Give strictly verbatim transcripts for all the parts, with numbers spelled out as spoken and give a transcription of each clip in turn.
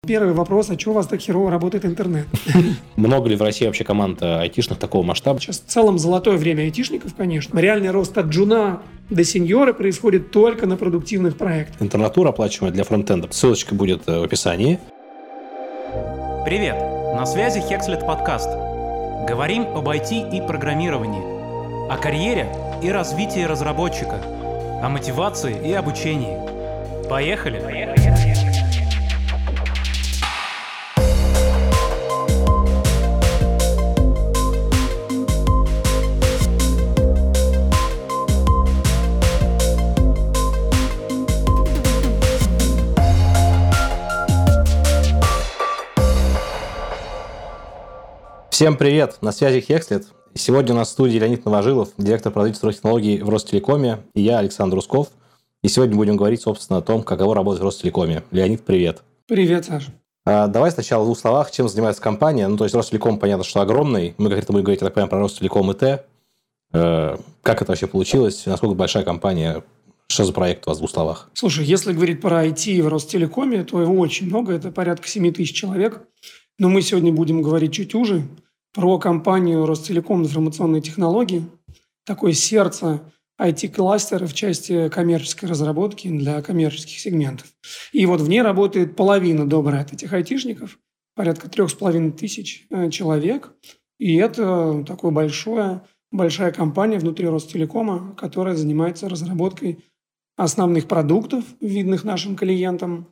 Первый вопрос, а что у вас так херово работает интернет? Много ли в России вообще команд айтишных такого масштаба? Сейчас в целом золотое время айтишников, конечно. Реальный рост от джуна до сеньора происходит только на продуктивных проектах. Интернатура, оплачиваемая для фронтенда. Ссылочка будет в описании. Привет! На связи Hexlet подкаст. Говорим об ай ти и программировании, о карьере и развитии разработчика, о мотивации и обучении. Поехали! Поехали! Всем привет! На связи Hexlet. Сегодня у нас в студии Леонид Новожилов, директор производства технологий в Ростелекоме, и я, Александр Усков. И сегодня будем говорить, собственно, о том, каково работать в Ростелекоме. Леонид, привет! Привет, Саша! А, давай сначала в двух словах, чем занимается компания. Ну, то есть Ростелеком, понятно, что огромный. Мы как-то будем говорить, я так понимаю, про Ростелеком ИТ. Э, как это вообще получилось? Насколько большая компания? Что за проект у вас в двух словах? Слушай, если говорить про ай ти в Ростелекоме, то его очень много. Это порядка семь тысяч человек. Но мы сегодня будем говорить чуть уже про компанию Ростелеком информационные технологии. Такое сердце ай ти-кластера в части коммерческой разработки для коммерческих сегментов. И вот в ней работает половина добрая от этих айтишников, порядка трех с половиной тысяч человек. И это такое большое, большая компания внутри Ростелекома, которая занимается разработкой основных продуктов, видных нашим клиентам,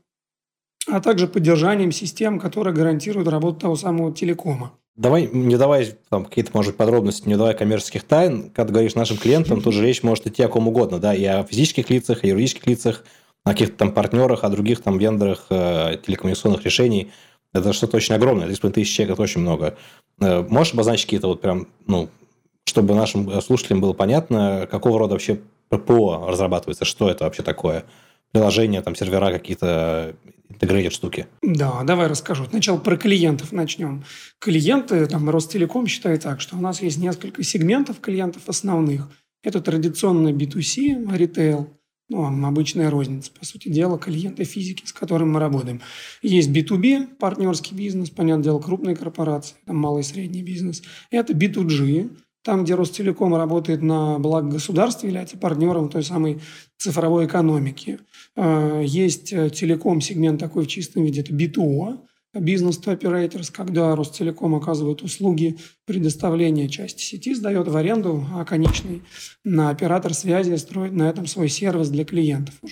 а также поддержанием систем, которые гарантируют работу того самого телекома. Давай, не давай там какие-то, может быть, подробности, не давай коммерческих тайн. Когда ты говоришь нашим клиентам, тут же речь может идти о ком угодно, да, и о физических лицах, и о юридических лицах, о каких-то там партнерах, о других там вендорах э, телекоммуникационных решений. Это что-то очень огромное, три с половиной тысячи человек, это очень много. Э, можешь обозначить какие-то вот прям, ну, чтобы нашим слушателям было понятно, какого рода вообще ПО разрабатывается, что это вообще такое? Приложения, там, сервера какие-то, интегрейдер штуки. Да, давай расскажу. Сначала про клиентов начнем. Клиенты, там, Ростелеком считает так, что у нас есть несколько сегментов клиентов основных. Это традиционно би ту си, ритейл, ну, обычная розница, по сути дела, клиенты физики, с которыми мы работаем. Есть би ту би, партнерский бизнес, понятное дело, крупные корпорации, там, малый и средний бизнес. Это би ту джи, там, где Ростелеком работает на благо государства, является партнером той самой цифровой экономики. Есть телеком-сегмент такой в чистом виде, это би ту о, Business to Operators, когда Ростелеком оказывает услуги предоставления части сети, сдает в аренду, а конечный на оператор связи строит на этом свой сервис для клиентов уже.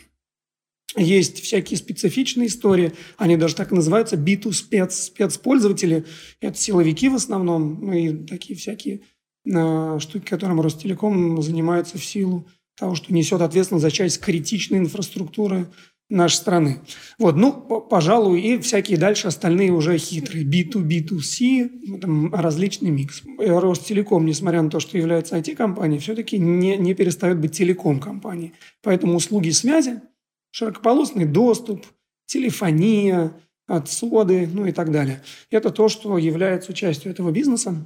Есть всякие специфичные истории, они даже так и называются, би ту спец, спецпользователи, это силовики в основном, и такие всякие штуки, которым Ростелеком занимается в силу того, что несет ответственность за часть критичной инфраструктуры нашей страны. Вот, ну, пожалуй, и всякие дальше остальные уже хитрые. би ту би ту си, там различный микс. Ростелеком, несмотря на то, что является ай ти-компанией, все-таки не, не перестает быть телеком-компанией. Поэтому услуги связи, широкополосный доступ, телефония, отсоды, ну и так далее. Это то, что является частью этого бизнеса.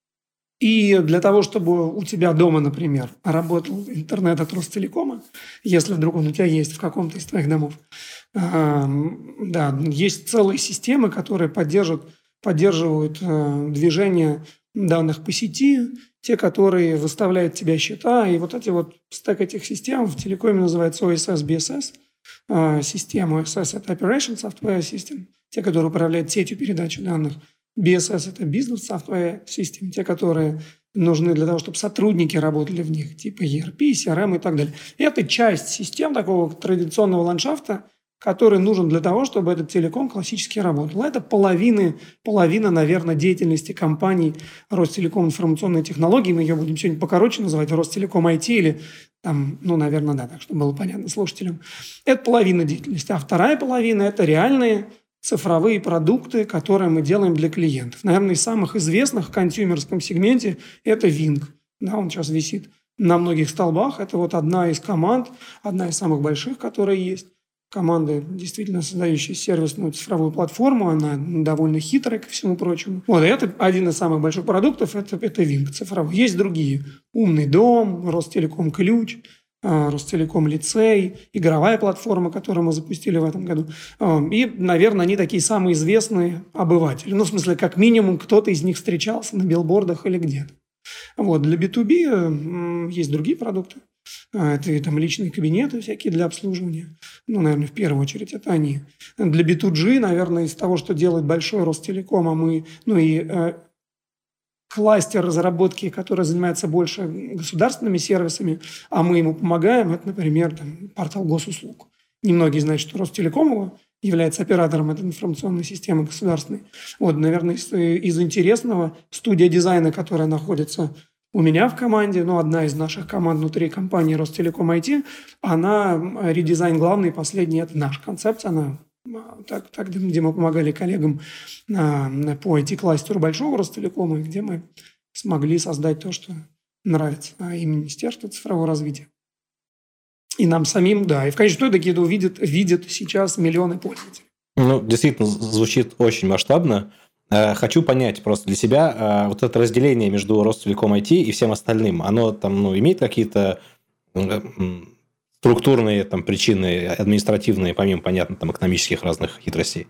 И для того, чтобы у тебя дома, например, работал интернет от Ростелекома, если вдруг он у тебя есть в каком-то из твоих домов, э, да, есть целые системы, которые поддерживают, поддерживают э, движение данных по сети, те, которые выставляют тебе счета, и вот эти вот стек этих систем в телекоме называется о эс эс би эс эс, э, система о эс эс – это Operation Software System, те, которые управляют сетью передачи данных. би эс эс – это Business Software System, те, которые нужны для того, чтобы сотрудники работали в них, типа и ар пи, си ар эм и так далее. Это часть систем такого традиционного ландшафта, который нужен для того, чтобы этот телеком классически работал. Это половина, половина, наверное, деятельности компании Ростелеком информационные технологии. Мы ее будем сегодня покороче называть Ростелеком ай ти или там, ну, наверное, да, так, чтобы было понятно слушателям. Это половина деятельности. А вторая половина – это реальные цифровые продукты, которые мы делаем для клиентов. Наверное, из самых известных в консюмерском сегменте это Винг. Да, он сейчас висит на многих столбах. Это вот одна из команд, одна из самых больших, которая есть. Команда, действительно создающая сервисную цифровую платформу, она довольно хитрая, ко всему прочему. Вот, и это один из самых больших продуктов, это, это Винг цифровой. Есть другие. Умный дом, Ростелеком Ключ, Ростелеком Лицей, игровая платформа, которую мы запустили в этом году. И, наверное, они такие самые известные обыватели. Ну, в смысле, как минимум, кто-то из них встречался на билбордах или где-то. Вот. Для би ту би есть другие продукты. Это и там личные кабинеты всякие для обслуживания. Ну, наверное, в первую очередь это они. Для би ту джи, наверное, из того, что делает большой Ростелеком, а мы, ну и э, кластер разработки, который занимается больше государственными сервисами, а мы ему помогаем, это, например, там, портал госуслуг. Немногие знают, что Ростелеком его является оператором этой информационной системы государственной. Вот, наверное, из, из интересного студия дизайна, которая находится у меня в команде, ну, одна из наших команд внутри компании Ростелеком ай ти, она, редизайн главный, последний, это наша концепция, она так, так, где мы помогали коллегам а, по ай ти-кластеру большого Ростелекома, где мы смогли создать то, что нравится а, и Министерству цифрового развития. И нам самим, да. И в конечном итоге это видят, видят сейчас миллионы пользователей. Ну, действительно, звучит очень масштабно. Хочу понять просто для себя, вот это разделение между Ростелеком ай ти и всем остальным, оно там, ну, имеет какие-то структурные там причины, административные, помимо, понятно, там, экономических разных хитростей?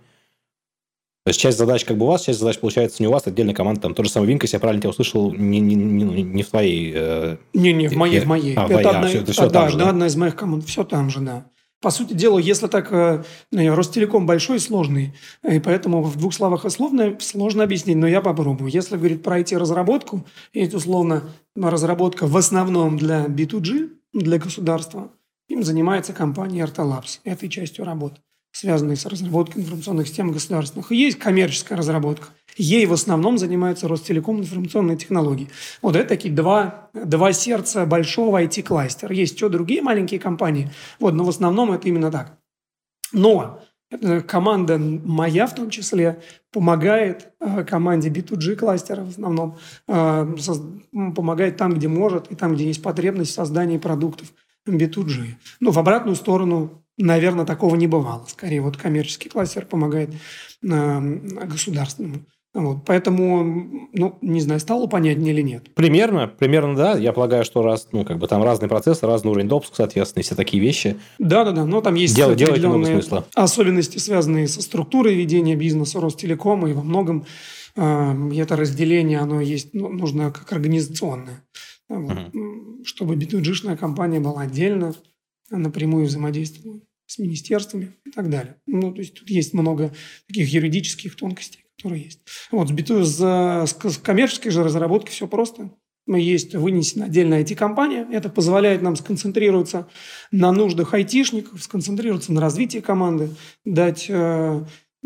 То есть часть задач как бы у вас, часть задач, получается, не у вас, отдельная команда, там, тот же самый Винка, если я правильно тебя услышал, не, не, не, не в твоей... Не-не, в моей, в моей. А, это а, одна, все, это все а, там да, же, да, да? одна из моих команд, все там же, да. По сути дела, если так, э, Ростелеком большой и сложный, и поэтому в двух словах сложно, сложно объяснить, но я попробую. Если говорить про ай ти-разработку, это условно разработка в основном для би ту джи, для государства, им занимается компания эр ти Labs, этой частью работы, связанной с разработкой информационных систем государственных. И есть коммерческая разработка. Ей в основном занимается Ростелеком информационные технологии. Вот это такие два, два сердца большого ай ти-кластера. Есть еще другие маленькие компании, вот, но в основном это именно так. Но команда моя в том числе помогает э, команде би ту джи-кластера в основном, э, со, помогает там, где может, и там, где есть потребность в создании продуктов би ту джи. Ну, в обратную сторону, наверное, такого не бывало. Скорее, вот коммерческий кластер помогает э, государственному. Вот, поэтому, ну, не знаю, стало понятнее или нет. Примерно, примерно, да. Я полагаю, что раз, ну, как бы там разные процессы, разный уровень допуска, соответственно, все такие вещи. Да-да-да, но там есть Дел, определенные особенности, связанные со структурой ведения бизнеса Ростелекома, и во многом э, это разделение, оно есть, ну, нужно как организационное. Вот, uh-huh. Чтобы би ту джи-шная компания была отдельно, напрямую взаимодействовала с министерствами и так далее. Ну, то есть тут есть много таких юридических тонкостей, которые есть. Вот, с, би ту, с, с коммерческой же разработкой все просто. Есть вынесена отдельная ай ти-компания. Это позволяет нам сконцентрироваться на нуждах айтишников, сконцентрироваться на развитии команды, дать э,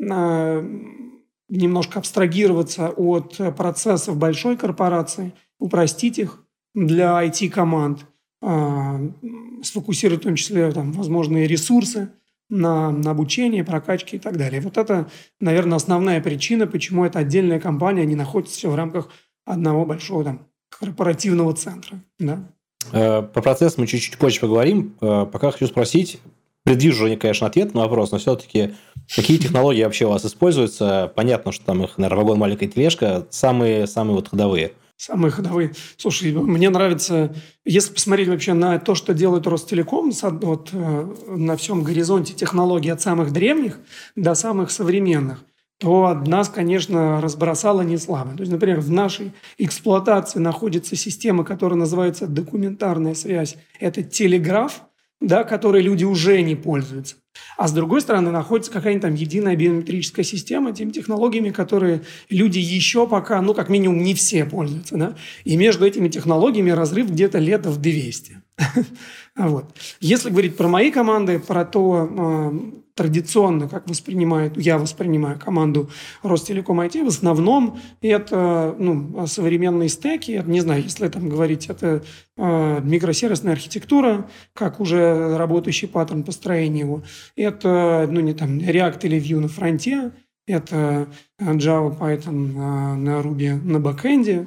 э, немножко абстрагироваться от процессов большой корпорации, упростить их для ай ти-команд, э, сфокусировать в том числе там, возможные ресурсы на, на обучение, прокачки и так далее. Вот это, наверное, основная причина, почему эта отдельная компания не находится все в рамках одного большого там, корпоративного центра. Да? По процессу мы чуть-чуть позже поговорим. Пока хочу спросить, предвижу уже, конечно, ответ на вопрос, но все-таки какие технологии вообще у вас используются? Понятно, что там их, наверное, вагон, маленькая тележка. Самые, самые вот ходовые. Самые ходовые. Слушай, мне нравится, если посмотреть вообще на то, что делает Ростелеком, вот, на всем горизонте технологий от самых древних до самых современных, то нас, конечно, разбросало не слабо. То есть, например, в нашей эксплуатации находится система, которая называется документарная связь. Это телеграф, да, которой люди уже не пользуются. А с другой стороны, находится какая-нибудь там единая биометрическая система теми технологиями, которые люди еще пока, ну, как минимум, не все пользуются. Да? И между этими технологиями разрыв где-то лет в двести. Вот. Если говорить про мои команды, про то, э, традиционно, как воспринимает, я воспринимаю команду Ростелеком ай ти, в основном это ну, современные стеки, это, не знаю, если там говорить, это э, микросервисная архитектура, как уже работающий паттерн построения его, это ну, не, там, React или Vue на фронте, это Java, Python на Ruby на бэкэнде,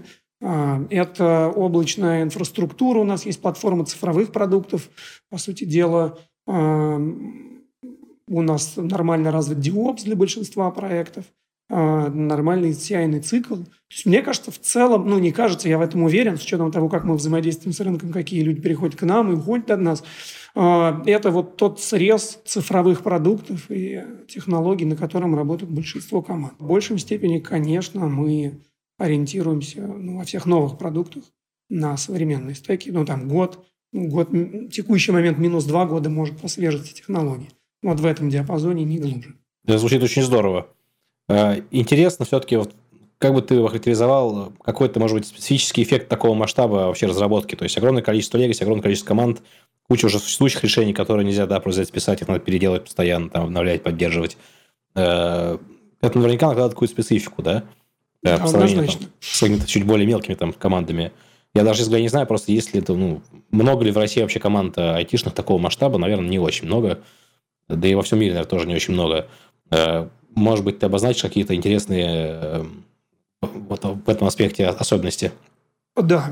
это облачная инфраструктура, у нас есть платформа цифровых продуктов, по сути дела, у нас нормально развит DevOps для большинства проектов, нормальный си ай-ный цикл. То есть, мне кажется, в целом, ну, не кажется, я в этом уверен, с учетом того, как мы взаимодействуем с рынком, какие люди приходят к нам и уходят от нас, это вот тот срез цифровых продуктов и технологий, на котором работает большинство команд. В большей степени, конечно, мы ориентируемся ну, во всех новых продуктах на современные стеки. Ну, там год, год, текущий момент минус два года может по свежести технологий. Вот в этом диапазоне, не глубже. Это звучит очень здорово. Интересно все-таки, вот, как бы ты охарактеризовал какой-то, может быть, специфический эффект такого масштаба вообще разработки? То есть, огромное количество legacy, огромное количество команд, куча уже существующих решений, которые нельзя, да, просто взять, списать, их надо переделать постоянно, там, обновлять, поддерживать. Это наверняка накладывает какую-то специфику, да? Да, по сравнению однозначно. Там, с какими-то чуть более мелкими там, командами. Я даже, если я не знаю, просто если это, ну, много ли в России вообще команд айтишных такого масштаба, наверное, не очень много. Да и во всем мире, наверное, тоже не очень много. Может быть, ты обозначишь какие-то интересные вот в этом аспекте особенности? Да,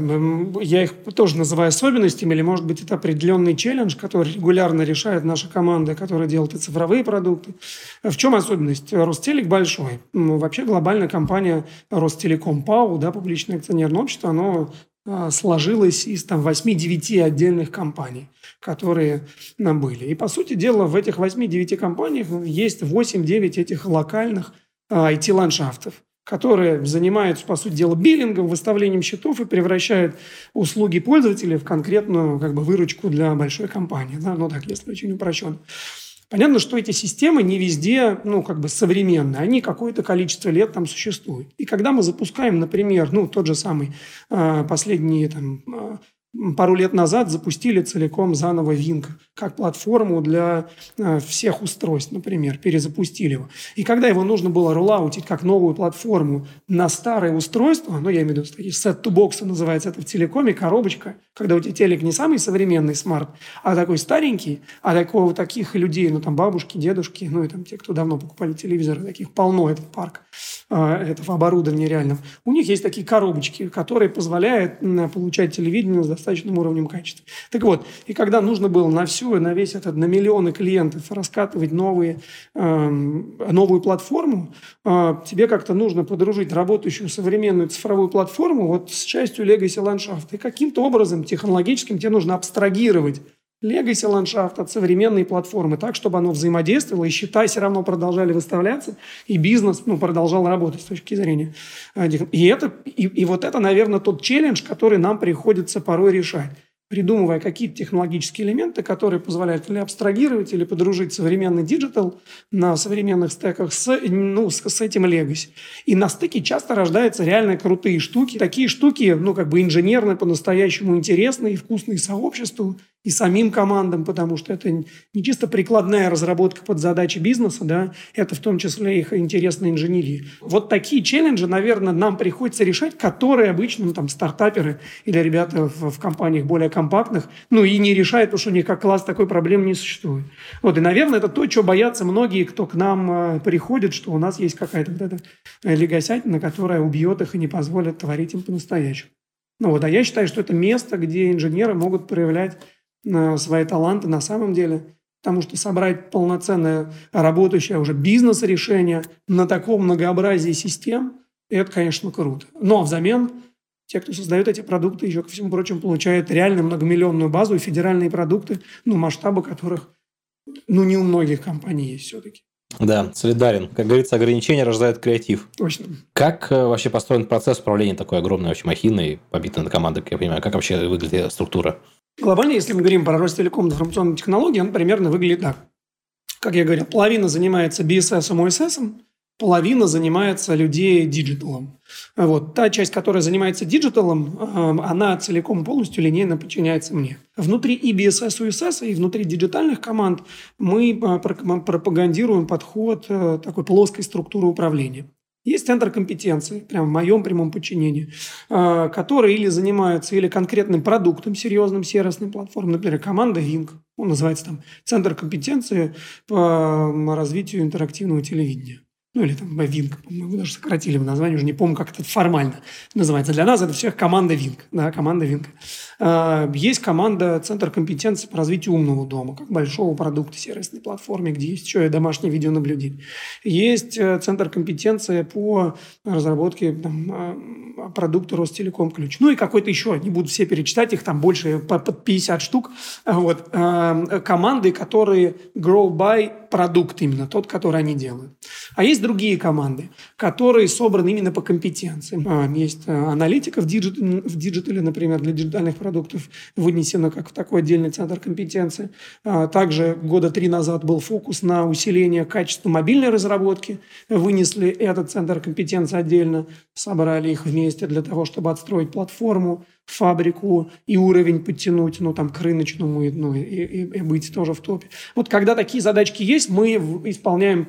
я их тоже называю особенностями, или, может быть, это определенный челлендж, который регулярно решает наша команда, которая делает и цифровые продукты. В чем особенность? Ростелек большой. Вообще глобальная компания Ростелеком ПАО, да, публичное акционерное общество, оно сложилось из там, восьми-девяти отдельных компаний, которые нам были. И, по сути дела, в этих восьми-девяти компаниях есть восемь-девять этих локальных ай ти-ландшафтов, которые занимаются, по сути дела, биллингом, выставлением счетов и превращают услуги пользователей в конкретную как бы, выручку для большой компании. Да? Ну так, если очень упрощенно. Понятно, что эти системы не везде ну, как бы современные, они какое-то количество лет там существуют. И когда мы запускаем, например, ну, тот же самый э, последние там, э, пару лет назад запустили целиком заново Wing как платформу для э, всех устройств, например, перезапустили его. И когда его нужно было роллаутить как новую платформу на старые устройства, ну, я имею в виду, такие set-to-box называется это в телекоме, коробочка, когда у тебя телек не самый современный смарт, а такой старенький, а такого, у таких людей, ну, там, бабушки, дедушки, ну, и там те, кто давно покупали телевизоры, таких полно, этот парк э, этого оборудования реально. У них есть такие коробочки, которые позволяют э, получать телевидение с достаточным уровнем качества. Так вот, и когда нужно было на всю, на весь этот, на миллионы клиентов раскатывать новые, э, новую платформу, э, тебе как-то нужно подружить работающую современную цифровую платформу вот с частью legacy ландшафта. И каким-то образом технологическим тебе нужно абстрагировать legacy ландшафт от современной платформы так, чтобы оно взаимодействовало, и счета все равно продолжали выставляться, и бизнес ну, продолжал работать с точки зрения. И, это, и, и вот это, наверное, тот челлендж, который нам приходится порой решать, придумывая какие-то технологические элементы, которые позволяют или абстрагировать, или подружить современный диджитал на современных стеках с, ну, с, с этим legacy. И на стыке часто рождаются реально крутые штуки. Такие штуки, ну, как бы инженерные, по-настоящему интересные и вкусные сообществу, и самим командам, потому что это не чисто прикладная разработка под задачи бизнеса, да, это в том числе их интересная инженерия. Вот такие челленджи, наверное, нам приходится решать, которые обычно ну, там, стартаперы или ребята в, в компаниях более компактных, ну и не решают, потому что у них как класс такой проблемы не существует. Вот, и, наверное, это то, чего боятся многие, кто к нам э, приходит, что у нас есть какая-то вот эта легосятина, которая убьет их и не позволит творить им по-настоящему. Ну вот, а я считаю, что это место, где инженеры могут проявлять свои таланты на самом деле, потому что собрать полноценное работающее уже бизнес-решение на таком многообразии систем, это, конечно, круто. Но взамен те, кто создает эти продукты, еще, ко всему прочему, получают реально многомиллионную базу и федеральные продукты, ну, масштабы которых, ну, не у многих компаний есть все-таки. Да, солидарен. Как говорится, ограничения рождают креатив. Точно. Как вообще построен процесс управления такой огромной вообще махиной, побитой на команды, как я понимаю? Как вообще выглядит структура? Глобально, если мы говорим про Ростелеком информационные технологии, он примерно выглядит так. Как я говорил, половина занимается би эс эс и о эс эс, половина занимается людей диджиталом. Вот. Та часть, которая занимается диджиталом, она целиком полностью линейно подчиняется мне. Внутри и би эс эс, и о эс эс, и внутри диджитальных команд мы пропагандируем подход такой плоской структуры управления. Есть центр компетенции, прямо в моем прямом подчинении, который или занимается или конкретным продуктом, серьезным сервисным платформой, например, команда Wing, он называется там Центр компетенции по развитию интерактивного телевидения. ну или там Винк, мы даже сократили в название, уже не помню, как это формально называется. Для нас это всех команда Винк, да, команда Винк. Есть команда Центр компетенции по развитию умного дома, как большого продукта сервисной платформы, где есть еще и домашнее видеонаблюдение. Есть Центр компетенции по разработке там, продукта Ростелеком Ключ. Ну и какой-то еще, не буду все перечитать, их там больше под пятьдесят штук. Вот. Команды, которые grow by продукт именно, тот, который они делают. А есть другие команды, которые собраны именно по компетенциям. Есть аналитика в, диджит, в диджитале, например, для диджитальных продуктов вынесена как в такой отдельный центр компетенции. Также года три назад был фокус на усиление качества мобильной разработки. Вынесли этот центр компетенции отдельно, собрали их вместе для того, чтобы отстроить платформу, фабрику и уровень подтянуть, ну, там, к рыночному, ну, и, и, и быть тоже в топе. Вот когда такие задачки есть, мы исполняем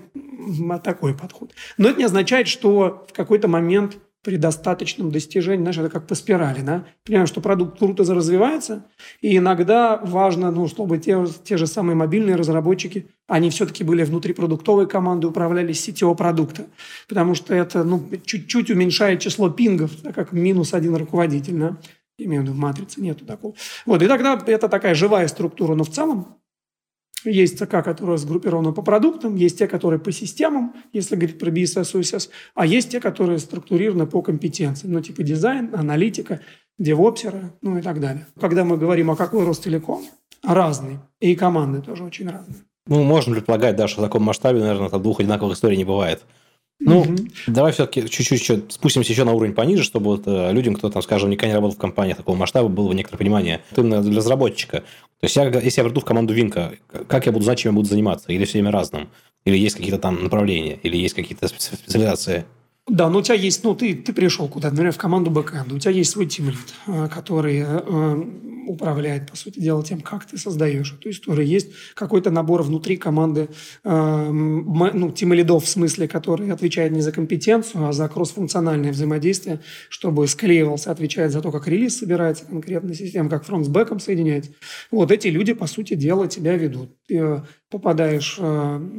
такой подход. Но это не означает, что в какой-то момент при достаточном достижении, знаешь, это как по спирали, да? Понимаем, что продукт круто развивается, и иногда важно, ну, чтобы те, те же самые мобильные разработчики, они все-таки были внутрипродуктовой командой, управляли сетевого продукта, потому что это, ну, чуть-чуть уменьшает число пингов, так как минус один руководитель, да? Имею в виду, в матрице нету такого. Вот, и тогда это такая живая структура, но в целом есть ЦК, которая сгруппирована по продуктам, есть те, которые по системам, если говорить про би эс эс, ю эс эс, а есть те, которые структурированы по компетенциям, ну, типа дизайн, аналитика, девопсеры, ну и так далее. Когда мы говорим о какой Ростелеком, разные, и команды тоже очень разные. Ну, можно предполагать, да, что в таком масштабе, наверное, там двух одинаковых историй не бывает. Ну, угу. Давай все-таки чуть-чуть еще спустимся еще на уровень пониже, чтобы вот, э, людям, кто там, скажем, никогда не работал в компании такого масштаба, было некоторое понимание. Это именно для разработчика. То есть, я, если я приду в команду Винка, как я буду знать, чем я буду заниматься? Или все время разным? Или есть какие-то там направления? Или есть какие-то специализации? Да, но у тебя есть, ну, ты, ты пришел куда-то, например, в команду бэкэнда, у тебя есть свой тимлид, который э, управляет, по сути дела, тем, как ты создаешь эту историю. Есть какой-то набор внутри команды, э, ну, тимлидов, в смысле, который отвечает не за компетенцию, а за кроссфункциональное взаимодействие, чтобы склеивался, отвечает за то, как релиз собирается, конкретная система, как фронт с бэком соединяется. Вот эти люди, по сути дела, тебя ведут. Ты попадаешь э,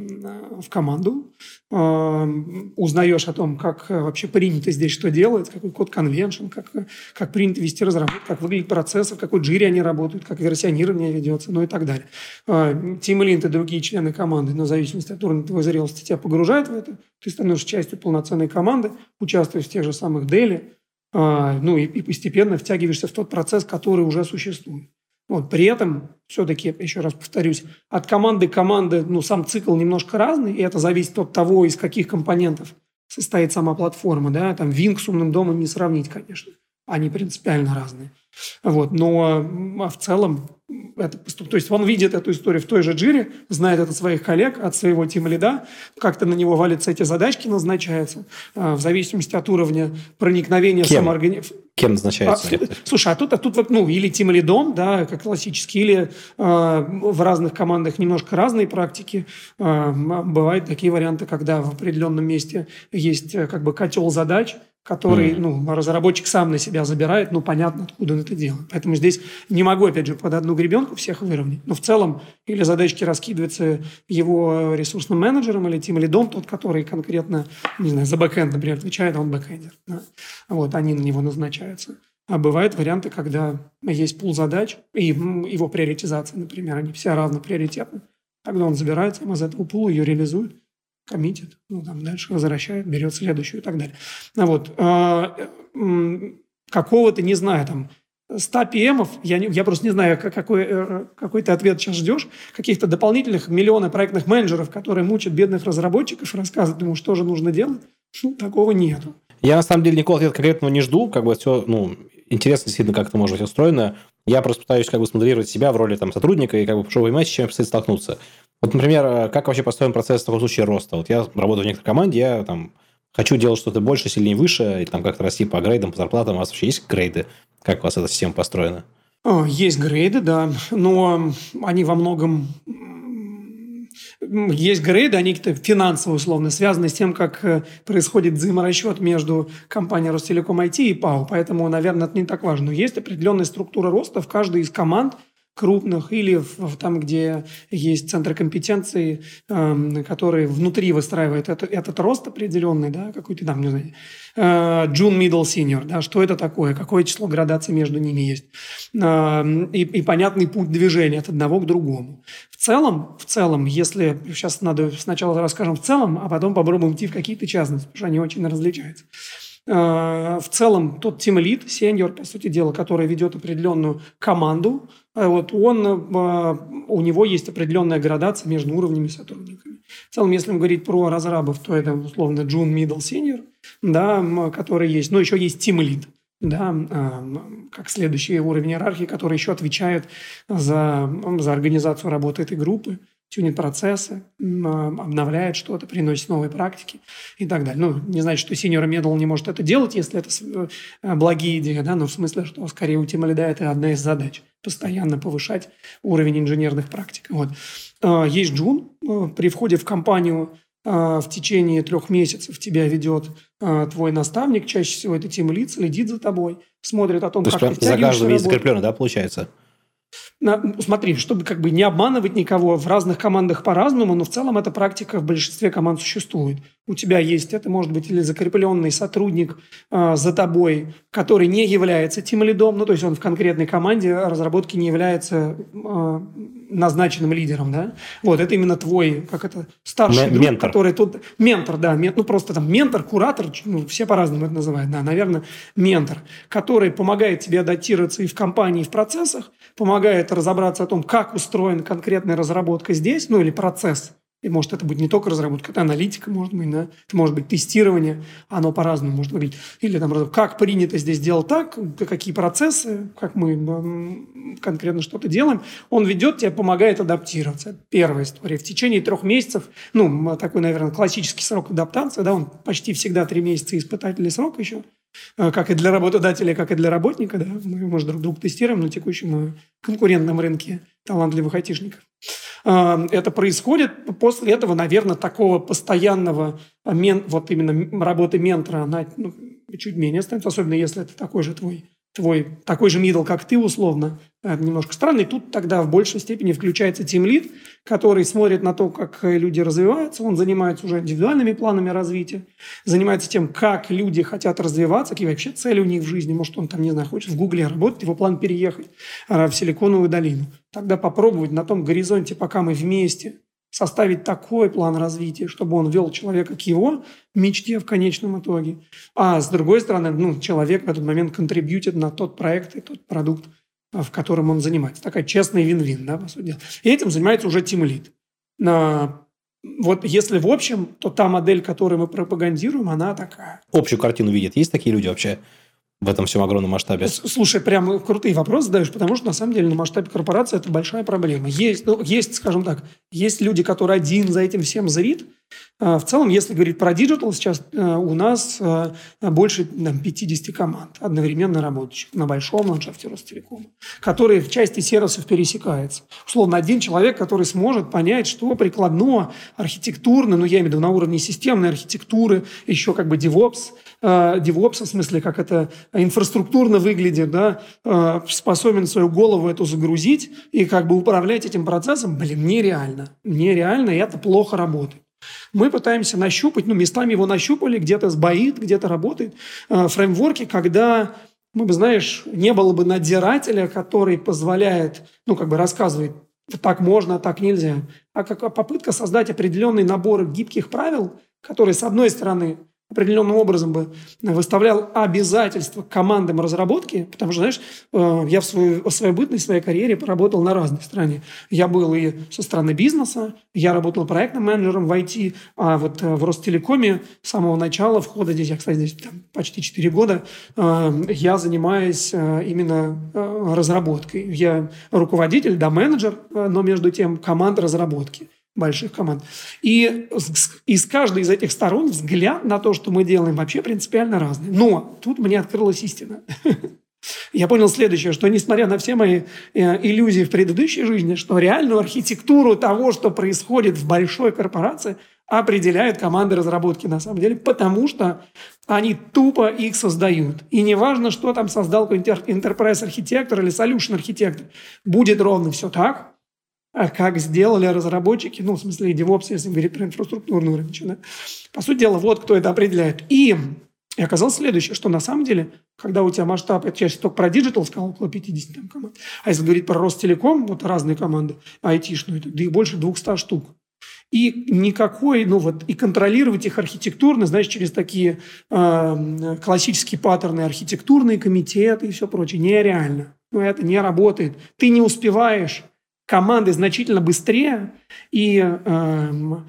в команду, э, узнаешь о том, как вообще принято здесь что делать, какой код конвеншн, как, как принято вести разработку, как выглядит процесс, в какой джире они работают, как версионирование ведется, ну и так далее. Тимлид и другие члены команды, но в зависимости от уровня твоей зрелости, тебя погружают в это, ты становишься частью полноценной команды, участвуешь в тех же самых дейли, ну и, и постепенно втягиваешься в тот процесс, который уже существует. Вот, при этом, все-таки, еще раз повторюсь, от команды к команде, ну, сам цикл немножко разный, и это зависит от того, из каких компонентов состоит сама платформа, да, там Винк с умным домом не сравнить, конечно, они принципиально разные. Вот, но в целом, это, то есть он видит эту историю в той же джире, знает это от своих коллег, от своего тимлида, как-то на него валятся эти задачки, назначаются, в зависимости от уровня проникновения самоорганизации. Кем назначается? А, слушай, а тут, а тут ну, или тимлидом, да, как классический, или э, в разных командах немножко разные практики. Э, бывают такие варианты, когда в определенном месте есть как бы котел задач, который mm. ну, разработчик сам на себя забирает, ну, понятно, откуда он это делает. Поэтому здесь не могу, опять же, под одну гребенку всех выровнять. Но в целом или задачки раскидываются его ресурсным менеджером или тимлидом, тот, который конкретно, не знаю, за бэкэнд, например, отвечает, он бэкэндер. Да? Вот, они на него назначаются. А бывают варианты, когда есть пул задач, и его приоритизация, например, они все равноприоритетны. Тогда он забирает сам из этого пула, ее реализует, коммитит, ну, там дальше возвращает, берет следующую и так далее. Вот. Какого-то, не знаю, там, ста пи эмов, я, не, я просто не знаю, какой, какой ты ответ сейчас ждешь, каких-то дополнительных миллионов проектных менеджеров, которые мучат бедных разработчиков и рассказывают ему, что же нужно делать, ну, такого нету. Я, на самом деле, никакого ответа конкретного не жду, как бы все, ну, интересно действительно, как это может быть устроено. Я просто пытаюсь как бы смоделировать себя в роли там сотрудника и как бы чтобы понимать, с чем предстоит столкнуться. Вот, например, как вообще построен процесс в таком случае роста? Вот я работаю в некоторой команде, я там хочу делать что-то больше, сильнее, выше, и там как-то расти по грейдам, по зарплатам. У вас вообще есть грейды? Как у вас эта система построена? Есть грейды, да, но они во многом... Есть грейды, они какие-то финансово условно связаны с тем, как происходит взаиморасчет между компанией Ростелеком ай ти и ПАО. Поэтому, наверное, это не так важно. Но есть определенная структура роста в каждой из команд, крупных, или в, там, где есть центры компетенции, э, которые внутри выстраивают это, этот рост определенный, да, какой-то там, не знаю, э, June, Middle, Senior, да, что это такое, какое число градаций между ними есть, э, и, и понятный путь движения от одного к другому. В целом, в целом, если сейчас надо сначала расскажем в целом, а потом попробуем идти в какие-то частности, потому что они очень различаются. В целом, тот тимлид, сеньор, по сути дела, который ведет определенную команду, вот он, у него есть определенная градация между уровнями сотрудниками. В целом, если говорить про разрабов, то это, условно, June, Middle, Senior, да, который есть, но еще есть тимлид, да, как следующий уровень иерархии, который еще отвечает за, за организацию работы этой группы, тюнит процессы, обновляет что-то, приносит новые практики и так далее. Ну, не значит, что senior и middle не может это делать, если это благие идеи, да, но в смысле, что скорее у тимлида это одна из задач – постоянно повышать уровень инженерных практик. Вот. Есть джун. При входе в компанию в течение трех месяцев тебя ведет твой наставник, чаще всего это тимлид, следит за тобой, смотрит о том, то как есть, ты за каждым есть работу. закреплено, да, получается? Смотри, чтобы как бы не обманывать никого, в разных командах по-разному, но в целом эта практика в большинстве команд существует. У тебя есть, это может быть или закрепленный сотрудник э, за тобой, который не является тимлидом, ну то есть он в конкретной команде разработки не является э, назначенным лидером, да? Вот, это именно твой, как это, старший М- друг, ментор. который тут, ментор, да, мен, ну просто там ментор, куратор, ну, все по-разному это называют, да, наверное, ментор, который помогает тебе адаптироваться и в компании, и в процессах, помогает разобраться о том, как устроена конкретная разработка здесь, ну или процесс. И может это быть не только разработка, это аналитика, может быть, да? Это может быть тестирование, оно по-разному может выглядеть. Или там, как принято здесь делать так, какие процессы, как мы конкретно что-то делаем. Он ведет тебя, помогает адаптироваться. Это первая история. В течение трех месяцев, ну, такой, наверное, классический срок адаптации, да, он почти всегда три месяца испытательный срок еще, как и для работодателя, как и для работника, да, мы, может, друг друга тестируем на текущем конкурентном рынке талантливых айтишников. Это происходит после этого, наверное, такого постоянного мен, вот именно работы ментора, она ну, чуть менее становится, особенно если это такой же твой, твой такой же middle, как ты, условно. Это немножко странно. И тут тогда в большей степени включается тимлид, который смотрит на то, как люди развиваются. Он занимается уже индивидуальными планами развития, занимается тем, как люди хотят развиваться, какие вообще цели у них в жизни. Может, он там, не знаю, хочет в Гугле работать, его план переехать в Силиконовую долину. Тогда попробовать на том горизонте, пока мы вместе, составить такой план развития, чтобы он вел человека к его мечте в конечном итоге. А с другой стороны, ну, человек в этот момент контрибьютит на тот проект и тот продукт, в котором он занимается. Такая честная вин-вин, да, по сути дела. И этим занимается уже тимлид. Вот если в общем, то та модель, которую мы пропагандируем, она такая. Общую картину видят. Есть такие люди вообще в этом всем огромном масштабе? Слушай, прям крутые вопросы задаешь, потому что на самом деле на масштабе корпорации это большая проблема. Есть, ну, есть, скажем так, есть люди, которые один за этим всем зрит. В целом, если говорить про диджитал, сейчас у нас больше там, пятьдесят команд одновременно работающих на большом ландшафте Ростелекома, которые в части сервисов пересекаются. Условно, один человек, который сможет понять, что прикладно, архитектурно, ну, я имею в виду на уровне системной архитектуры, еще как бы DevOps, DevOps, в смысле, как это инфраструктурно выглядит, да, способен свою голову эту загрузить и как бы управлять этим процессом, блин, нереально. Нереально, и это плохо работает. Мы пытаемся нащупать, ну, местами его нащупали, где-то сбоит, где-то работает. Э, фреймворки, когда, ну, знаешь, не было бы надзирателя, который позволяет, ну, как бы рассказывает, так можно, так нельзя. А как попытка создать определенный набор гибких правил, которые, с одной стороны, определенным образом бы выставлял обязательства командам разработки, потому что, знаешь, я в свою, в своей бытной, в своей карьере поработал на разной стороне. Я был и со стороны бизнеса, я работал проектным менеджером в ай ти, а вот в Ростелекоме с самого начала входа, здесь я, кстати, здесь там, почти четыре года, я занимаюсь именно разработкой. Я руководитель, да, менеджер, но между тем команд разработки. Больших команд. И из каждой из этих сторон взгляд на то, что мы делаем, вообще принципиально разный. Но тут мне открылась истина. Я понял следующее, что несмотря на все мои э, иллюзии в предыдущей жизни, что реальную архитектуру того, что происходит в большой корпорации, определяют команды разработки на самом деле, потому что они тупо их создают. И неважно, что там создал какой-нибудь enterprise архитектор или solution архитектор, будет ровно все так, а как сделали разработчики, ну, в смысле, DevOps, если говорить про инфраструктурную уровень. Да? По сути дела, вот кто это определяет. И, и оказалось следующее, что на самом деле, когда у тебя масштаб, это я сейчас только про Digital сказал, около пятьдесят там, команд, а если говорить про Ростелеком, вот разные команды айтишные, да их больше двухсот штук. И никакой, ну вот, и контролировать их архитектурно, знаешь, через такие э, классические паттерны, архитектурные комитеты и все прочее, нереально. Ну, это не работает. Ты не успеваешь. Команды значительно быстрее и, э,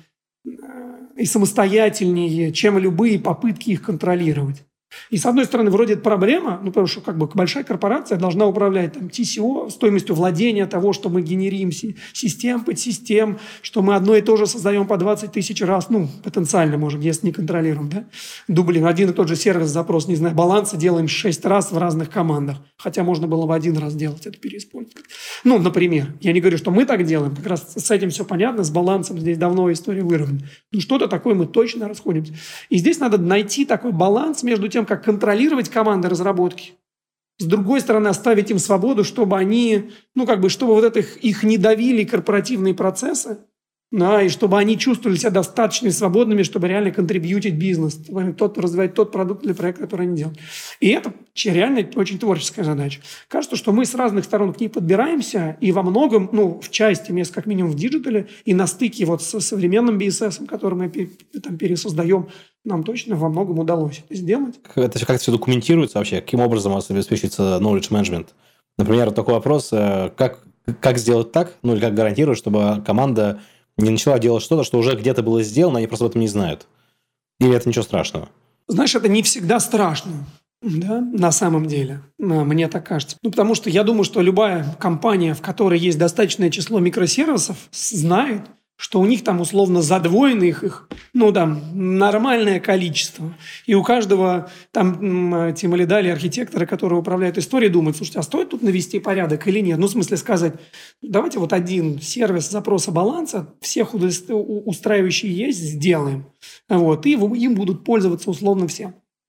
и самостоятельнее, чем любые попытки их контролировать. И, с одной стороны, вроде это проблема, ну, потому что как бы большая корпорация должна управлять там, ти си о, стоимостью владения того, что мы генерим систем, подсистем, что мы одно и то же создаем по двадцать тысяч раз, ну, потенциально можем, если не контролируем, да? Дублин, один и тот же сервис, запрос, не знаю, баланса делаем шесть раз в разных командах, хотя можно было бы один раз делать, это переиспользовать. Ну, например, я не говорю, что мы так делаем, как раз с этим все понятно, с балансом здесь давно история выровнена. Ну, что-то такое мы точно расходимся. И здесь надо найти такой баланс между тем, как контролировать команды разработки. С другой стороны, оставить им свободу, чтобы они, ну, как бы, чтобы вот это их, их не давили корпоративные процессы, да, и чтобы они чувствовали себя достаточно свободными, чтобы реально контрибьютить бизнес, тот, развивать тот продукт или проект, который они делают. И это реально очень творческая задача. Кажется, что мы с разных сторон к ней подбираемся, и во многом, ну, в части мест, как минимум в диджитале, и на стыке вот со современным би эс эс, который мы там пересоздаем, нам точно во многом удалось это сделать. Это как это все документируется вообще? Каким образом у вас обеспечивается knowledge management? Например, такой вопрос, как, как сделать так, ну или как гарантировать, чтобы команда не начала делать что-то, что уже где-то было сделано, они просто об этом не знают? Или это ничего страшного? Знаешь, это не всегда страшно, да, на самом деле, мне так кажется. Ну, потому что я думаю, что любая компания, в которой есть достаточное число микросервисов, знает, что у них там условно задвоено их, их, ну, там, нормальное количество. И у каждого там тем или далее архитектора, который управляет историей, думает, слушайте, а стоит тут навести порядок или нет? Ну, в смысле сказать, давайте вот один сервис запроса баланса, всех устраивающий есть, сделаем. Вот, и им будут пользоваться условно все.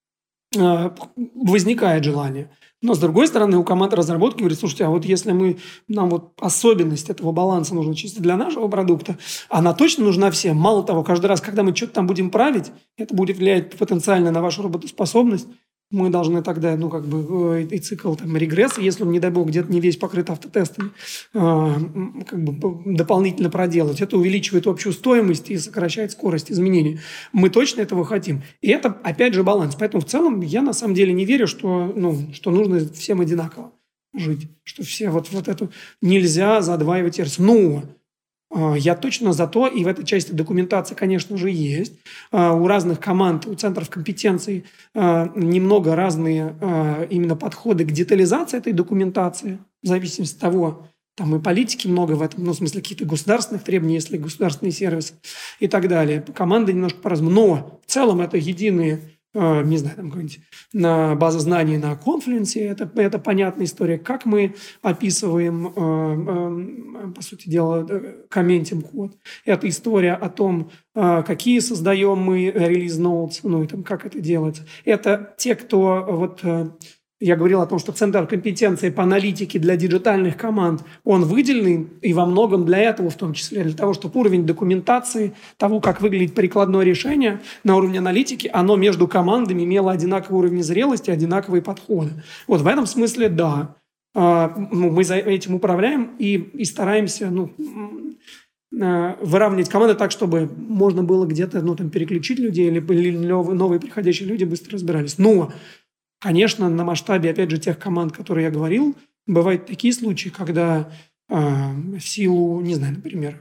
Возникает желание. Но, с другой стороны, у команд разработки говорит, слушайте, а вот если мы, нам вот особенность этого баланса нужна чисто для нашего продукта, она точно нужна всем. Мало того, каждый раз, когда мы что-то там будем править, это будет влиять потенциально на вашу работоспособность. Мы должны тогда, ну, как бы, и цикл там, регресса, если он, не дай бог, где-то не весь покрыт автотестами, э, как бы дополнительно проделать. Это увеличивает общую стоимость и сокращает скорость изменений. Мы точно этого хотим. И это, опять же, баланс. Поэтому, в целом, я на самом деле не верю, что, ну, что нужно всем одинаково жить. Что все вот, вот это нельзя задваивать сердце. Ну, я точно за то, и в этой части документация, конечно же, есть. У разных команд, у центров компетенций немного разные именно подходы к детализации этой документации, в зависимости от того, там и политики много в этом, ну, в смысле каких-то государственных требований, если государственные сервисы и так далее. Команды немножко по-разному. Но в целом это единые, не знаю, там какая-нибудь база знаний на Confluence, это, это понятная история. Как мы описываем, по сути дела, комментим код. Это история о том, какие создаем мы релиз ноутс, ну и там как это делается. Это те, кто вот... Я говорил о том, что центр компетенции по аналитике для диджитальных команд, он выделенный, и во многом для этого, в том числе для того, чтобы уровень документации, того, как выглядит прикладное решение на уровне аналитики, оно между командами имело одинаковый уровень зрелости, одинаковые подходы. Вот в этом смысле, да, мы за этим управляем и, и стараемся, ну, выравнивать команды так, чтобы можно было где-то, ну, там, переключить людей, или, или новые приходящие люди быстро разбирались. Но конечно, на масштабе, опять же, тех команд, которые я говорил, бывают такие случаи, когда э, в силу, не знаю, например,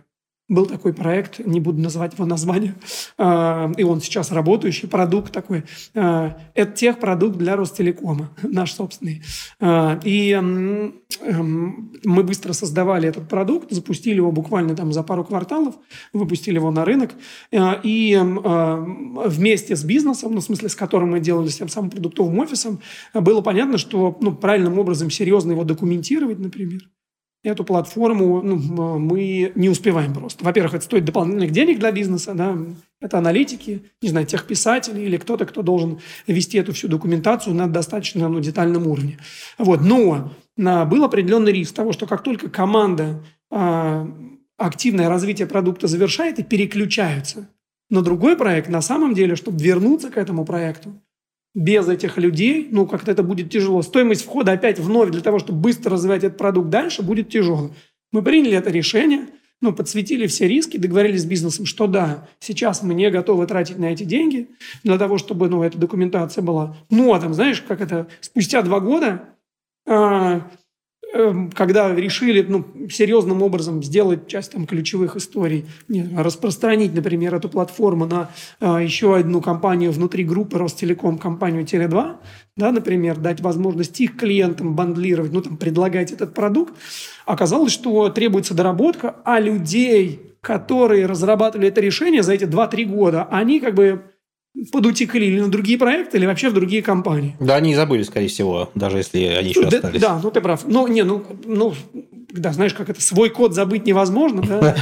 Был такой проект, не буду называть его название, и он сейчас работающий продукт такой. Это техпродукт для Ростелекома, наш собственный. И мы быстро создавали этот продукт, запустили его буквально там за пару кварталов, выпустили его на рынок. И вместе с бизнесом, ну, в смысле, с которым мы делали с тем самым продуктовым офисом, было понятно, что ну, правильным образом серьезно его документировать, например, эту платформу ну, мы не успеваем просто. Во-первых, это стоит дополнительных денег для бизнеса, да? Это аналитики, не знаю, техписатели или кто-то, кто должен вести эту всю документацию на достаточно ну, детальном уровне. Вот. Но а, был определенный риск того, что как только команда а, активное развитие продукта завершает и переключаются на другой проект, на самом деле, чтобы вернуться к этому проекту, без этих людей, ну, как-то это будет тяжело. Стоимость входа опять вновь для того, чтобы быстро развивать этот продукт дальше, будет тяжело. Мы приняли это решение, ну, подсветили все риски, договорились с бизнесом, что да, сейчас мы не готовы тратить на эти деньги для того, чтобы, ну, эта документация была. Ну, а там, знаешь, как это, спустя два года, э, э, когда решили, ну, серьезным образом сделать часть там ключевых историй, не, распространить, например, эту платформу на э, еще одну компанию внутри группы Ростелеком, компанию Теле два, да, например, дать возможность их клиентам бандлировать, ну, там, предлагать этот продукт, оказалось, что требуется доработка, а людей, которые разрабатывали это решение за эти два-три года, они как бы подутекли или на другие проекты, или вообще в другие компании. Да, они и забыли, скорее всего, даже если они еще да, остались. Да, ну ты прав. Ну, не, ну, ну, да, знаешь, как это, свой код забыть невозможно, да?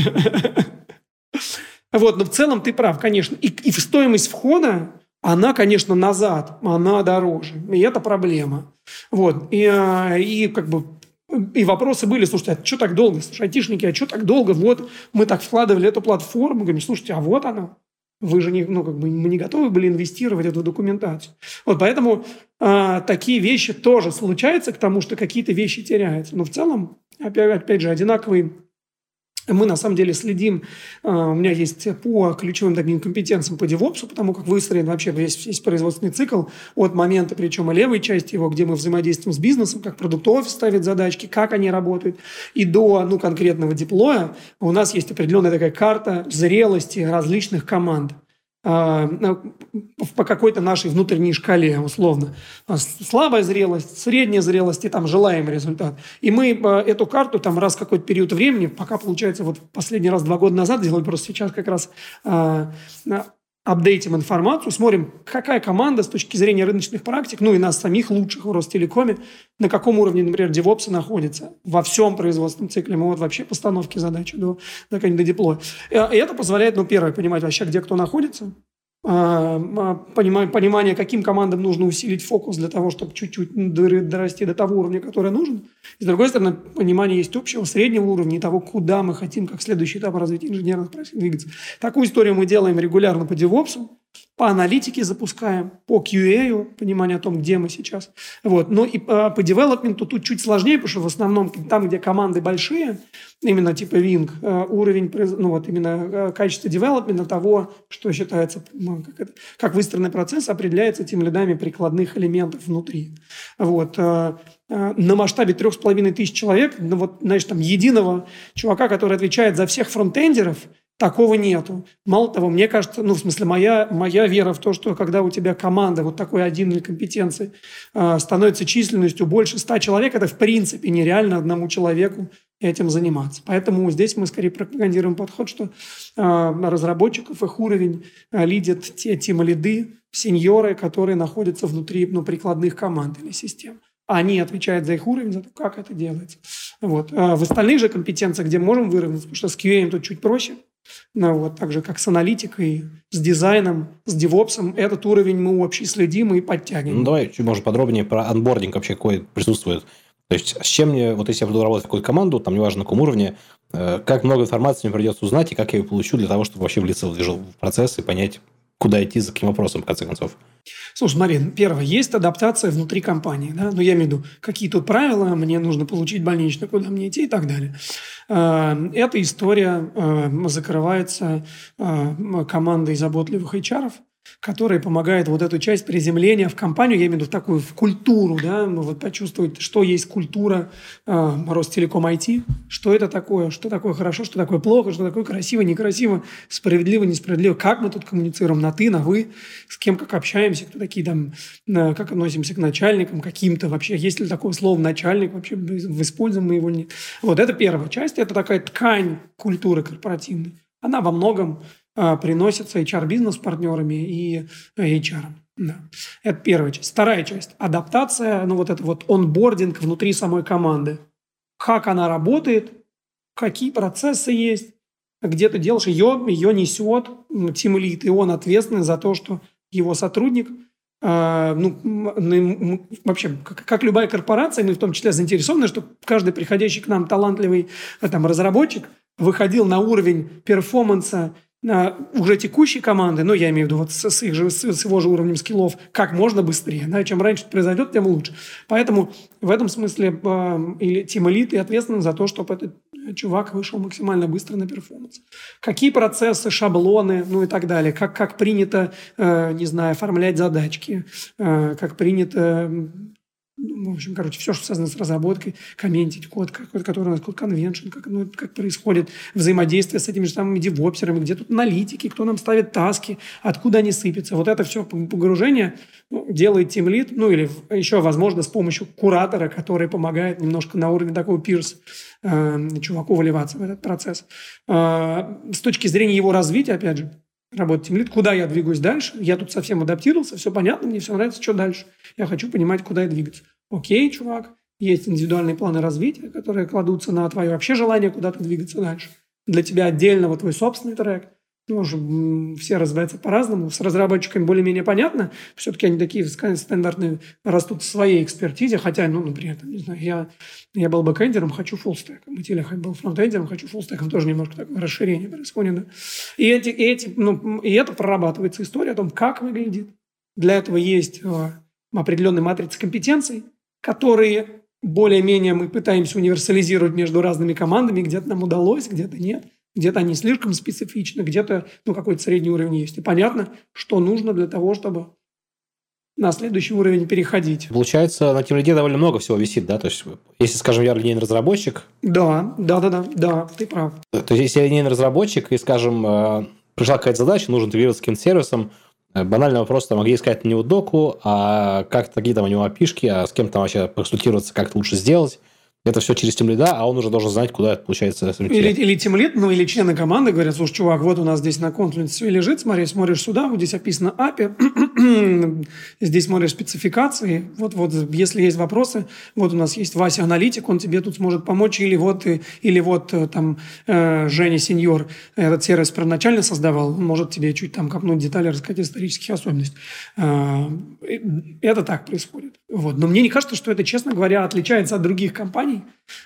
Вот, но в целом ты прав, конечно. И, и стоимость входа, она, конечно, назад, она дороже. И это проблема. Вот, и, и как бы и вопросы были, слушайте, а что так долго? Слушай, айтишники, а что так долго? Вот мы так вкладывали эту платформу, говорим, слушайте, а вот она. Вы же не, ну, как бы мы не готовы были инвестировать в эту документацию. Вот поэтому э, такие вещи тоже случаются к тому, что какие-то вещи теряются. Но в целом, опять, опять же, одинаковые. Мы на самом деле следим, э, у меня есть по ключевым таким компетенциям по девопсу, потому как выстроен вообще весь, весь производственный цикл от момента, причем и левой части его, где мы взаимодействуем с бизнесом, как продуктовый офис ставит задачки, как они работают, и до ну, конкретного деплоя у нас есть определенная такая карта зрелости различных команд по какой-то нашей внутренней шкале, условно. Слабая зрелость, средняя зрелость и там желаемый результат. И мы эту карту там раз в какой-то период времени, пока получается вот последний раз два года назад делали, просто сейчас как раз апдейтим информацию, смотрим, какая команда с точки зрения рыночных практик, ну и нас самих лучших в Ростелекоме, на каком уровне, например, девопса находится во всем производственном цикле, мы вот вообще постановки задачи до, до, до деплоя. И это позволяет, ну, первое, понимать вообще, где кто находится, понимание, каким командам нужно усилить фокус для того, чтобы чуть-чуть дорасти до того уровня, который нужен. И, с другой стороны, понимание есть общего среднего уровня и того, куда мы хотим, как следующий этап развития инженерных проектов двигаться. Такую историю мы делаем регулярно по девопсу, по аналитике запускаем, по кью эй, понимание о том, где мы сейчас. Вот. Но и по, по девелопменту тут чуть сложнее, потому что в основном там, где команды большие, именно типа Wing, уровень, ну вот именно качество девелопмента того, что считается, ну, как, это, как выстроенный процесс, определяется тем лидами прикладных элементов внутри. Вот. На масштабе трех с половиной тысяч человек, ну вот, знаешь, там единого чувака, который отвечает за всех фронтендеров, такого нету. Мало того, мне кажется, ну, в смысле, моя, моя вера в то, что когда у тебя команда вот такой отдельной компетенции э, становится численностью больше ста человек, это в принципе нереально одному человеку этим заниматься. Поэтому здесь мы скорее пропагандируем подход, что э, разработчиков их уровень э, лидят те тимлиды, сеньоры, которые находятся внутри ну, прикладных команд или систем. Они отвечают за их уровень, за то, как это делается. Вот. А в остальных же компетенциях, где можем выровняться, потому что с кью эй тут чуть проще, ну, вот, так же, как с аналитикой, с дизайном, с девопсом, этот уровень мы общий следим и подтягиваем. Ну, давай чуть, может, подробнее про анбординг вообще какой присутствует. То есть, с чем мне, вот если я буду работать в какую-то команду, там, неважно, на каком уровне, как много информации мне придется узнать, и как я ее получу для того, чтобы вообще влиться в процесс и понять, куда идти, за каким вопросом, в конце концов. Слушай, смотри, первое, есть адаптация внутри компании, да, ну, я имею в виду, какие тут правила, мне нужно получить больничный, куда мне идти и так далее. Эта история закрывается командой заботливых эйч ар-ов, который помогает вот эту часть приземления в компанию, я имею в виду в такую в культуру, да, ну, вот почувствовать, что есть культура э, Ростелеком ай ти, что это такое, что такое хорошо, что такое плохо, что такое красиво, некрасиво, справедливо, несправедливо, как мы тут коммуницируем на «ты», на «вы», с кем как общаемся, кто такие там, э, как относимся к начальникам каким-то вообще, есть ли такое слово «начальник», вообще используем мы его или нет. Вот это первая часть, это такая ткань культуры корпоративной. Она во многом а, приносится эйч ар-бизнес-партнерами и эйч ар. Да. Это первая часть. Вторая часть – адаптация, ну вот это вот онбординг внутри самой команды. Как она работает, какие процессы есть, где ты делаешь, ее, ее несет тимлид, и он ответственен за то, что его сотрудник, э, ну, вообще, как, как любая корпорация, мы в том числе заинтересованы, чтобы каждый приходящий к нам талантливый там, разработчик выходил на уровень перформанса на уже текущей команды, ну, я имею в виду вот с, с, их же, с, с его же уровнем скиллов, как можно быстрее. Да? Чем раньше это произойдет, тем лучше. Поэтому в этом смысле э, или тим-элит и ответственен за то, чтобы этот чувак вышел максимально быстро на перформанс. Какие процессы, шаблоны, ну и так далее. Как, как принято, э, не знаю, оформлять задачки, э, как принято... В общем, короче, все, что связано с разработкой, комментить код, как, который у нас код конвеншн, как, ну, как происходит взаимодействие с этими же самыми девопсерами, где тут аналитики, кто нам ставит таски, откуда они сыпятся. Вот это все погружение ну, делает тимлид, ну или еще, возможно, с помощью куратора, который помогает немножко на уровне такого пирс э, чуваку вливаться в этот процесс. Э, с точки зрения его развития, опять же, работать тимлид, куда я двигаюсь дальше. Я тут совсем адаптировался, все понятно, мне все нравится, что дальше. Я хочу понимать, куда я двигаться. Окей, чувак, есть индивидуальные планы развития, которые кладутся на твое вообще желание куда-то двигаться дальше. Для тебя отдельно вот твой собственный трек. Ну, уже все разбираются по-разному. С разработчиками более-менее понятно. Все-таки они такие стандартные, растут в своей экспертизе. Хотя, ну, например, не знаю, я, я был бэкэндером, хочу фуллстеком. И Теля был фронтендером, хочу фуллстеком. Тоже немножко такое расширение происходит. Да? И, эти, и, эти, ну, и это прорабатывается история о том, как выглядит. Для этого есть э, определенные матрицы компетенций, которые более-менее мы пытаемся универсализировать между разными командами. Где-то нам удалось, где-то нет. Где-то они слишком специфичны, где-то ну, какой-то средний уровень есть. И понятно, что нужно для того, чтобы на следующий уровень переходить. Получается, на тимлиде довольно много всего висит, да? То есть, если, скажем, я линейный разработчик... Да, да, да, да, да, ты прав. То есть, если я линейный разработчик, и, скажем, пришла какая-то задача, нужно интегрироваться с каким-то сервисом, банальный вопрос, там, а где искать на него доку, а как какие там у него опишки, а с кем там вообще консультироваться, как это лучше сделать. Это все через тимлида, а он уже должен знать, куда это получается. Или, или тимлид, ну или члены команды говорят, слушай, чувак, вот у нас здесь на Confluence все лежит, смотри, смотришь сюда, вот здесь описано эй пи ай, здесь смотришь спецификации, вот, вот если есть вопросы, вот у нас есть Вася аналитик, он тебе тут сможет помочь, или вот, или вот там Женя сеньор этот сервис первоначально создавал, он может тебе чуть там копнуть детали, рассказать исторических особенностей. Это так происходит. Вот. Но мне не кажется, что это, честно говоря, отличается от других компаний,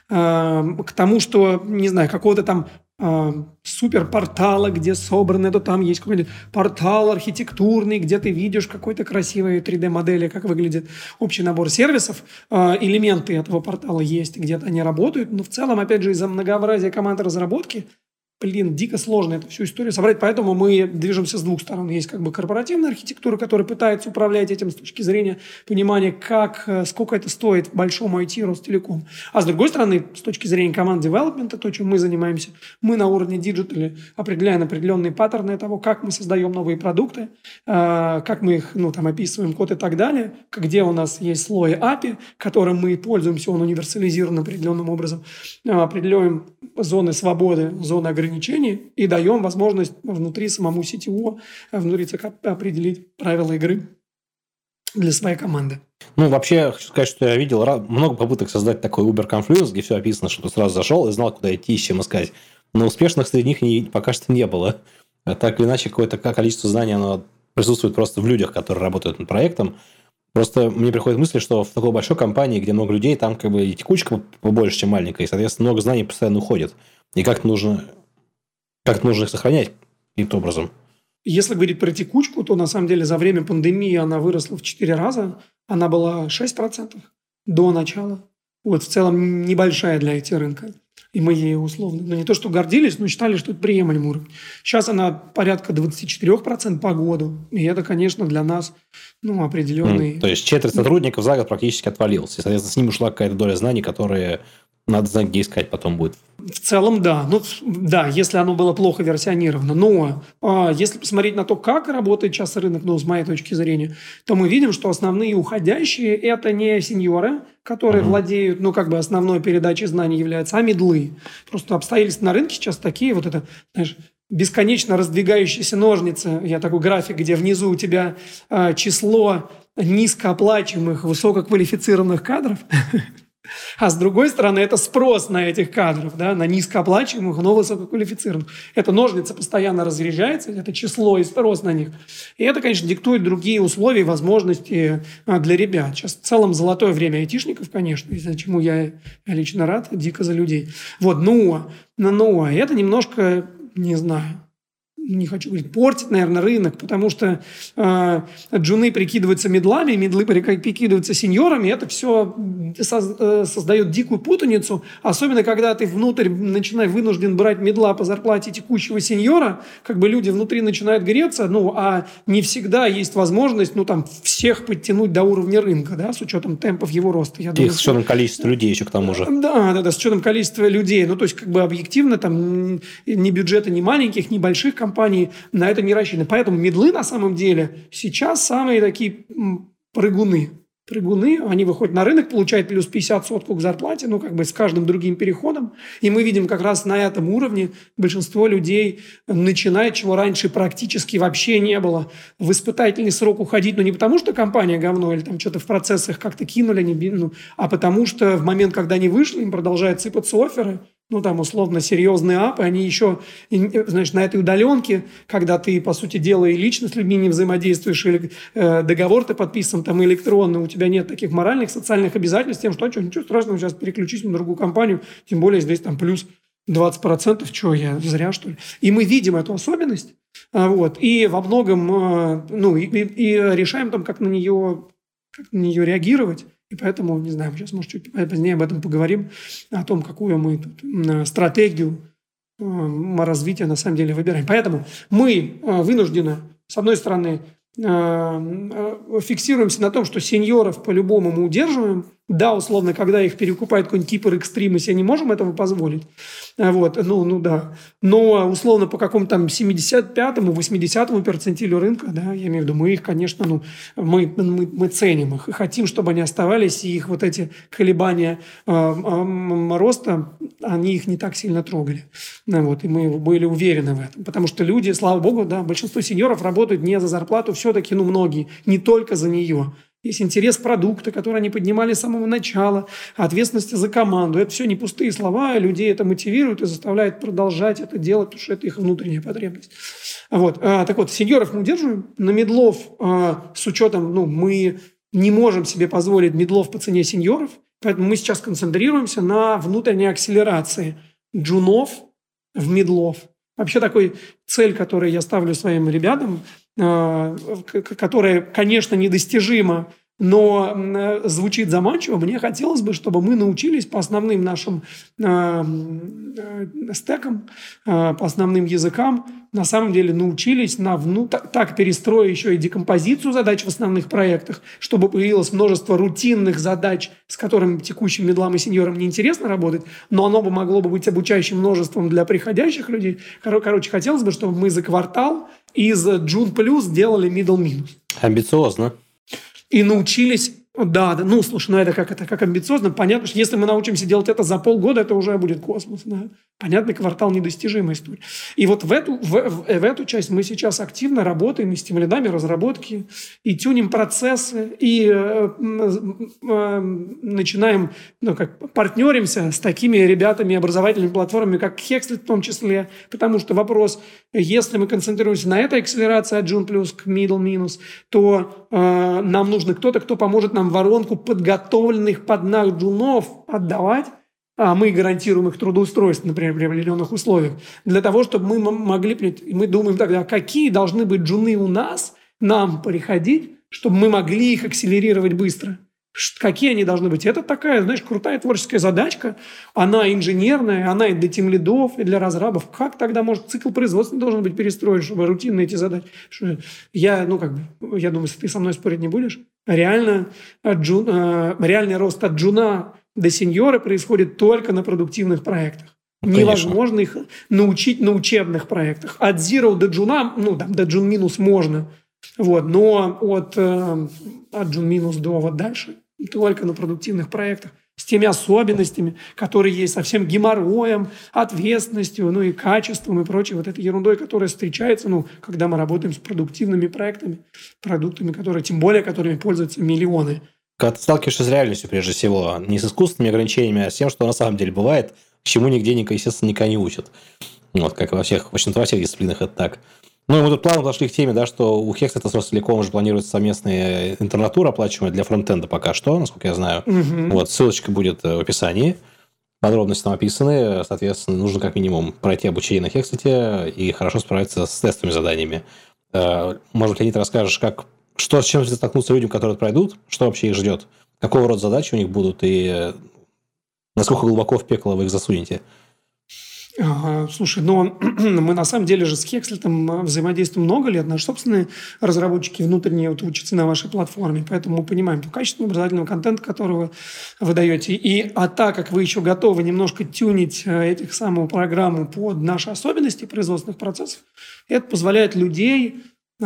к тому, что, не знаю, какого-то там э, суперпортала, где собраны, это там есть какой-то портал архитектурный, где ты видишь какой-то красивой три дэ-модели, как выглядит общий набор сервисов. Э, элементы этого портала есть, где-то они работают, но в целом, опять же, из-за многообразия команд разработки, блин, дико сложно эту всю историю собрать, поэтому мы движемся с двух сторон. Есть как бы корпоративная архитектура, которая пытается управлять этим с точки зрения понимания, как, сколько это стоит большому ай ти Ростелеком. А с другой стороны, с точки зрения команд девелопмента, то, чем мы занимаемся, мы на уровне диджитали определяем определенные паттерны того, как мы создаем новые продукты, как мы их, ну, там, описываем код и так далее, где у нас есть слой эй пи ай, которым мы пользуемся, он универсализирован определенным образом, определяем зоны свободы, зоны ограничений, и даем возможность внутри самому си ти о, внутри ЦК определить правила игры для своей команды. Ну, вообще, хочу сказать, что я видел много попыток создать такой Uber Confluence, где все описано, что ты сразу зашел и знал, куда идти и с чем искать. Но успешных среди них не, пока что не было. Так или иначе, какое-то количество знаний оно присутствует просто в людях, которые работают над проектом. Просто мне приходит мысль, что в такой большой компании, где много людей, там как бы и текучка побольше, чем маленькая, и, соответственно, много знаний постоянно уходит. И как нужно... Как нужно их сохранять каким-то образом? Если говорить про текучку, то на самом деле за время пандемии она выросла в четыре раза. Она была шесть процентов до начала. Вот в целом небольшая для ай ти-рынка. И мы ей условно, ну не то что гордились, но считали, что это приемлемый уровень. Сейчас она порядка двадцать четыре процента по году. И это, конечно, для нас ну, определенный... Mm, то есть четверть сотрудников за год практически отвалилось. И, соответственно, с ним ушла какая-то доля знаний, которые надо знать, где искать потом будет. В целом, да. Ну, да, если оно было плохо версионировано. Но а, если посмотреть на то, как работает сейчас рынок, ну, с моей точки зрения, то мы видим, что основные уходящие – это не сеньоры, которые uh-huh. владеют, ну, как бы основной передачей знаний являются, а медлы. Просто обстоятельства на рынке сейчас такие, вот это, знаешь, бесконечно раздвигающиеся ножницы. Я такой график, где внизу у тебя а, число низкооплачиваемых, высококвалифицированных кадров. А с другой стороны, это спрос на этих кадров, да, на низкооплачиваемых, но высококвалифицированных. Эта ножница постоянно разряжается, это число и спрос на них. И это, конечно, диктует другие условия и возможности для ребят. Сейчас в целом золотое время айтишников, конечно, из-за чему я лично рад, дико за людей. Вот, но, но это немножко, не знаю... не хочу говорить, портит, наверное, рынок, потому что э, джуны прикидываются медлами, медлы прикидываются сеньорами, это все соз, э, создает дикую путаницу, особенно когда ты внутрь начинаешь вынужден брать медла по зарплате текущего сеньора, как бы люди внутри начинают греться, ну, а не всегда есть возможность, ну, там, всех подтянуть до уровня рынка, да, с учетом темпов его роста. Я И думаю, с учетом количества людей еще к тому же. Да, да, да, с учетом количества людей, ну, то есть, как бы объективно, там, ни бюджета ни маленьких, ни больших компаний на это не рассчитаны. Поэтому медлы на самом деле сейчас самые такие прыгуны. Прыгуны, они выходят на рынок, получают плюс пятьдесят сотку к зарплате, ну, как бы с каждым другим переходом. И мы видим как раз на этом уровне большинство людей начинает, чего раньше практически вообще не было. В испытательный срок уходить, ну, не потому что компания говно или там что-то в процессах как-то кинули, не, ну, а потому что в момент, когда они вышли, им продолжают сыпаться офферы, ну, там, условно, серьезные апы, они еще, знаешь, на этой удаленке, когда ты, по сути дела, и лично с людьми не взаимодействуешь, или э, договор ты подписан там электронно, у тебя нет таких моральных, социальных обязательств, тем, что, а что, ничего страшного, сейчас переключусь на другую компанию, тем более здесь там плюс двадцать процентов, что, я зря, что ли? И мы видим эту особенность, вот, и во многом, э, ну, и, и, и решаем там, как на нее, как на нее реагировать. И поэтому, не знаю, сейчас, может, чуть позднее об этом поговорим, о том, какую мы тут стратегию развития на самом деле выбираем. Поэтому мы вынуждены, с одной стороны, фиксируемся на том, что сеньоров по-любому мы удерживаем. Да, условно, когда их перекупает какой-нибудь Кипр Экстрим, мы себе не можем этого позволить. Вот, ну, ну да. Но, условно, по какому-то там семьдесят пятому, восьмидесятому перцентилю рынка, да, я имею в виду, мы их, конечно, ну, мы, мы, мы ценим их и хотим, чтобы они оставались, и их вот эти колебания э, э, роста, они их не так сильно трогали. Вот, и мы были уверены в этом. Потому что люди, слава богу, да, большинство сеньоров работают не за зарплату, все-таки, ну, многие, не только за нее. Есть интерес продукта, который они поднимали с самого начала, ответственность за команду. Это все не пустые слова, людей это мотивирует и заставляет продолжать это делать, потому что это их внутренняя потребность. Вот. А, так вот, сеньоров мы удерживаем. На медлов а, с учетом, ну, мы не можем себе позволить медлов по цене сеньоров, поэтому мы сейчас концентрируемся на внутренней акселерации джунов в медлов. Вообще такой цель, которую я ставлю своим ребятам, которая, конечно, недостижима, но звучит заманчиво. Мне хотелось бы, чтобы мы научились по основным нашим э, э, стекам, э, по основным языкам, на самом деле научились на вну... так, так перестроить еще и декомпозицию задач в основных проектах, чтобы появилось множество рутинных задач, с которыми текущим медлам и сеньорам неинтересно работать, но оно бы могло бы быть обучающим множеством для приходящих людей. Кор- короче, хотелось бы, чтобы мы за квартал из Джун плюс делали middle минус. Амбициозно. И научились, да, да, ну, слушай, ну это как, это как амбициозно. Понятно, что если мы научимся делать это за полгода, это уже будет космос. Да? Понятный квартал – недостижимая история. И вот в эту, в, в, в эту часть мы сейчас активно работаем и с тем рядами разработки, и тюним процессы, и э, э, начинаем, ну, как партнеримся с такими ребятами, образовательными платформами, как Hexlet в том числе, потому что вопрос, если мы концентрируемся на этой акселерации от Джун плюс к middle минус, то э, нам нужно кто-то, кто поможет нам воронку подготовленных под нас джунов отдавать, а мы гарантируем их трудоустройство, например, при определенных условиях, для того, чтобы мы могли... И мы думаем тогда, какие должны быть джуны у нас, нам приходить, чтобы мы могли их акселерировать быстро. Какие они должны быть? Это такая, знаешь, крутая творческая задачка. Она инженерная, она и для тимлидов, и для разрабов. Как тогда, может, цикл производства должен быть перестроен, чтобы рутинно эти задачи... Я, ну, как бы, я думаю, ты со мной спорить не будешь. Реально, джун, э, реальный рост от джуна до сеньора происходит только на продуктивных проектах. Конечно. Невозможно их научить на учебных проектах. От zero до джуна, ну, там, до джун минус можно. Вот, но от, э, от джун минус до вот дальше только на продуктивных проектах с теми особенностями, которые есть, со всем геморроем, ответственностью, ну и качеством и прочей вот этой ерундой, которая встречается, ну, когда мы работаем с продуктивными проектами, продуктами, которые, тем более, которыми пользуются миллионы. Когда ты сталкиваешься с реальностью, прежде всего, не с искусственными ограничениями, а с тем, что на самом деле бывает, к чему нигде, естественно, никогда не учат. Вот, как во всех, в общем-то, во всех дисциплинах это так. Ну, и мы тут плавно подошли к теме, да, что у Hexlet с Ростелеком уже планируется совместная интернатура, оплачиваемая для фронтенда пока что, насколько я знаю. Угу. Вот, ссылочка будет в описании. Подробности там описаны. Соответственно, нужно как минимум пройти обучение на Hexlet и хорошо справиться с тестовыми заданиями. Может быть, Леонид, расскажешь, как, что, с чем столкнуться людям, которые это пройдут, что вообще их ждет, какого рода задачи у них будут и насколько глубоко в пекло вы их засунете? Слушай, но мы на самом деле же с Hexlet взаимодействуем много лет. Наши собственные разработчики внутренние вот учатся на вашей платформе, поэтому мы понимаем качество образовательного контента, который вы даете. И, а так как вы еще готовы немножко тюнить этих самую программу под наши особенности производственных процессов, это позволяет людей...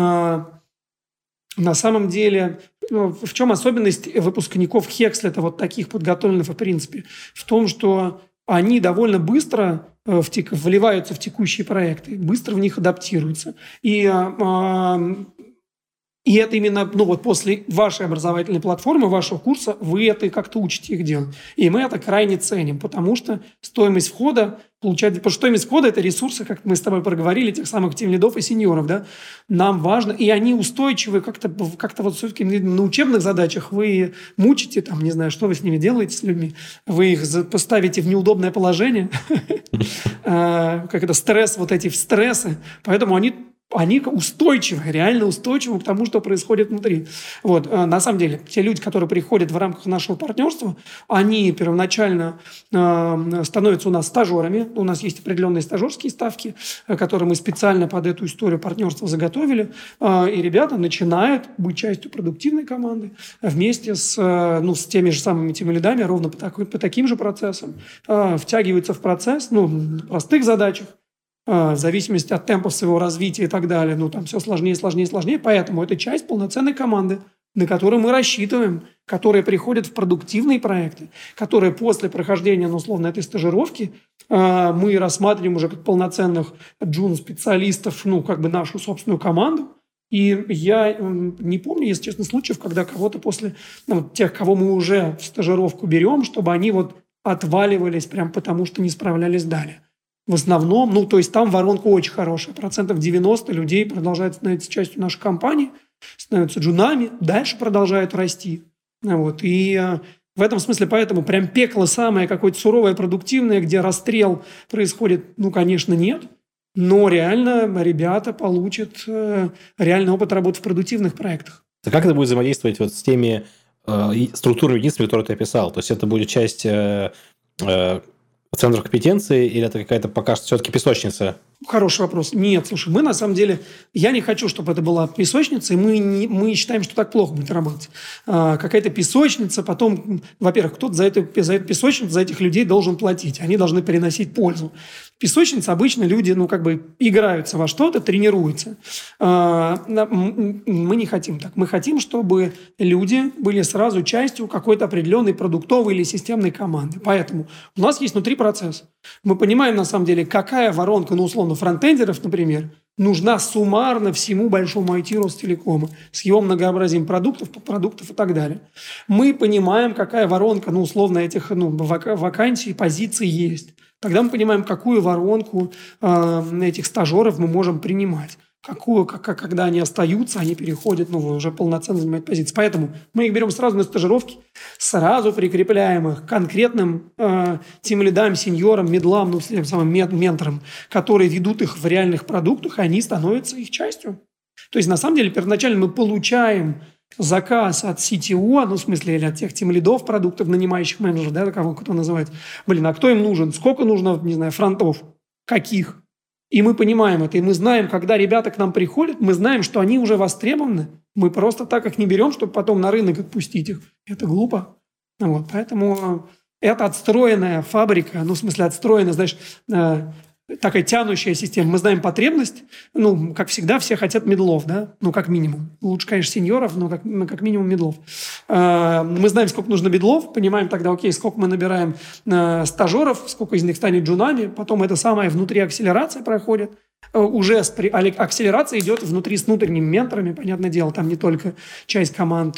На самом деле, в чем особенность выпускников Hexlet, вот таких подготовленных, в принципе, в том, что они довольно быстро в тек... вливаются в текущие проекты, быстро в них адаптируются. И, э, и это именно ну, вот после вашей образовательной платформы, вашего курса, вы это как-то учите их делать. И мы это крайне ценим, потому что стоимость входа получать, потому что стоимость входа – это ресурсы, как мы с тобой проговорили, тех самых тимлидов и сеньоров, да, нам важно, и они устойчивы, как-то, как-то вот все-таки на учебных задачах вы мучите, там, не знаю, что вы с ними делаете, с людьми, вы их поставите в неудобное положение, как это, стресс, вот эти стрессы, поэтому они... Они устойчивы, реально устойчивы к тому, что происходит внутри. Вот. На самом деле, те люди, которые приходят в рамках нашего партнерства, они первоначально э, становятся у нас стажерами. У нас есть определенные стажерские ставки, которые мы специально под эту историю партнерства заготовили. Э, и ребята начинают быть частью продуктивной команды вместе с, э, ну, с теми же самыми тимлидами, ровно по, так, по таким же процессам. Э, втягиваются в процесс, ну, в простых задачах, в зависимости от темпов своего развития и так далее. Ну, там все сложнее, сложнее, сложнее. Поэтому это часть полноценной команды, на которую мы рассчитываем, которые приходят в продуктивные проекты, которые после прохождения, ну, условно, этой стажировки э, мы рассматриваем уже как полноценных джун-специалистов, ну, как бы нашу собственную команду. И я э, не помню, если честно, случаев, когда кого-то после ну, тех, кого мы уже в стажировку берем, чтобы они вот отваливались прям потому, что не справлялись далее. В основном, ну, то есть там воронка очень хорошая. Процентов девяносто людей продолжают становиться частью нашей компании, становятся джунами, дальше продолжают расти. Вот. И э, в этом смысле поэтому прям пекло самое какое-то суровое, продуктивное, где расстрел происходит, ну, конечно, нет. Но реально ребята получат э, реальный опыт работы в продуктивных проектах. А как это будет взаимодействовать вот с теми э, структурными единицами, которые ты описал? То есть это будет часть... Э, э, центр компетенции или это какая-то пока что все-таки песочница? Хороший вопрос. Нет, слушай, мы на самом деле... Я не хочу, чтобы это была песочница, и мы, не, мы считаем, что так плохо будет работать. А, какая-то песочница, потом, во-первых, кто-то за эту, за эту песочницу, за этих людей должен платить. Они должны приносить пользу. Песочница обычно люди, ну, как бы играются во что-то, тренируются. А, мы не хотим так. Мы хотим, чтобы люди были сразу частью какой-то определенной продуктовой или системной команды. Поэтому у нас есть внутри процесс. Мы понимаем, на самом деле, какая воронка, ну, условно, фронтендеров, например, нужна суммарно всему большому ай ти-Ростелекома с его многообразием продуктов, продуктов и так далее. Мы понимаем, какая воронка, ну, условно, этих ну, вакансий, позиций есть. Тогда мы понимаем, какую воронку э, этих стажеров мы можем принимать. Какую, как, когда они остаются, они переходят, ну, уже полноценно занимать позиции. Поэтому мы их берем сразу на стажировки, сразу прикрепляем их к конкретным э, тимлидам, сеньорам, медлам, ну, тем самым менторам, которые ведут их в реальных продуктах, и они становятся их частью. То есть, на самом деле, первоначально мы получаем заказ от си ти о, ну, в смысле, или от тех тимлидов продуктов, нанимающих менеджеров, да, кого кто называет. Блин, а кто им нужен? Сколько нужно, не знаю, фронтов? Каких? И мы понимаем это, и мы знаем, когда ребята к нам приходят, мы знаем, что они уже востребованы. Мы просто так их не берем, чтобы потом на рынок отпустить их. Это глупо. Вот, поэтому это отстроенная фабрика, ну, в смысле, отстроенная, знаешь, такая тянущая система. Мы знаем потребность. Ну, как всегда, все хотят медлов, да? Ну, как минимум. Лучше, конечно, сеньоров, но как, как минимум медлов. Мы знаем, сколько нужно медлов, понимаем тогда, окей, сколько мы набираем стажеров, сколько из них станет джунами. Потом это самое внутри акселерация проходит. Уже акселерация идет внутри с внутренними менторами, понятное дело, там не только часть команд,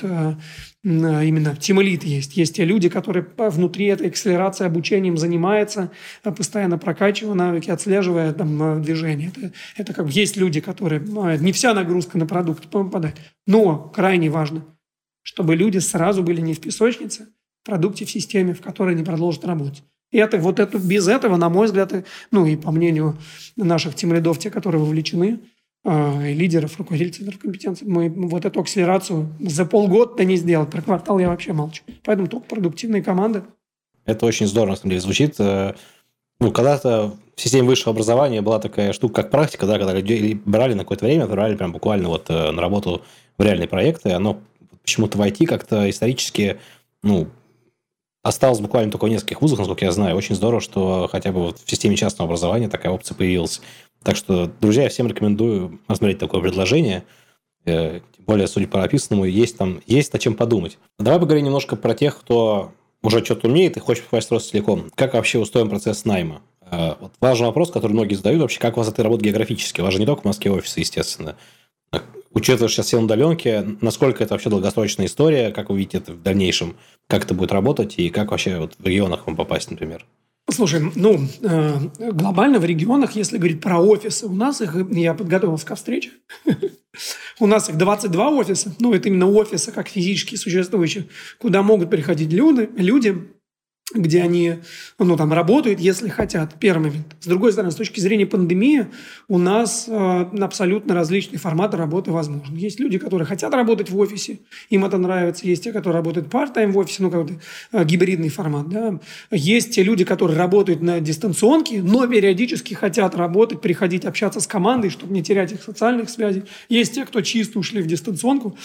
именно тимлид есть. Есть те люди, которые внутри этой акселерации обучением занимаются, постоянно прокачивая навыки, отслеживая там движение. Это, это как есть люди, которые... Не вся нагрузка на продукт попадает. Но крайне важно, чтобы люди сразу были не в песочнице, в продукте, в системе, в которой они продолжат работать. И это, вот это, без этого, на мой взгляд, ну и по мнению наших тимлидов, те, которые вовлечены, э, лидеров, руководителей центров компетенции, мы вот эту акселерацию за полгода не сделать. Про квартал я вообще молчу. Поэтому только продуктивные команды. Это очень здорово, на самом деле, звучит. Ну, когда-то в системе высшего образования была такая штука, как практика, да, когда людей брали на какое-то время, брали прям буквально вот на работу в реальные проекты. Оно почему-то в ай ти как-то исторически, ну, осталось буквально только в нескольких вузах, насколько я знаю. Очень здорово, что хотя бы вот в системе частного образования такая опция появилась. Так что, друзья, я всем рекомендую рассмотреть такое предложение. Тем более, судя по описанному, есть там есть над чем подумать. Давай поговорим немножко про тех, кто уже что-то умеет и хочет попасть в Ростелеком. Как вообще устроен процесс найма? Вот важный вопрос, который многие задают вообще, как у вас это работает географически? У вас же не только в Москве офисы, естественно. Учитывая, что сейчас все на удаленке, насколько это вообще долгосрочная история, как вы видите это в дальнейшем, как это будет работать и как вообще вот в регионах вам попасть, например? Слушай, ну, э, глобально в регионах, если говорить про офисы, у нас их, я подготовился ко встрече, у нас их двадцать два офиса, ну, это именно офисы, как физически существующие, куда могут приходить люди, люди, где они, ну, там, работают, если хотят, первый момент. С другой стороны, с точки зрения пандемии, у нас э, абсолютно различные форматы работы возможны. Есть люди, которые хотят работать в офисе, им это нравится. Есть те, которые работают part-time в офисе, ну, какой-то э, гибридный формат, да. Есть те люди, которые работают на дистанционке, но периодически хотят работать, приходить, общаться с командой, чтобы не терять их социальных связей. Есть те, кто чисто ушли в дистанционку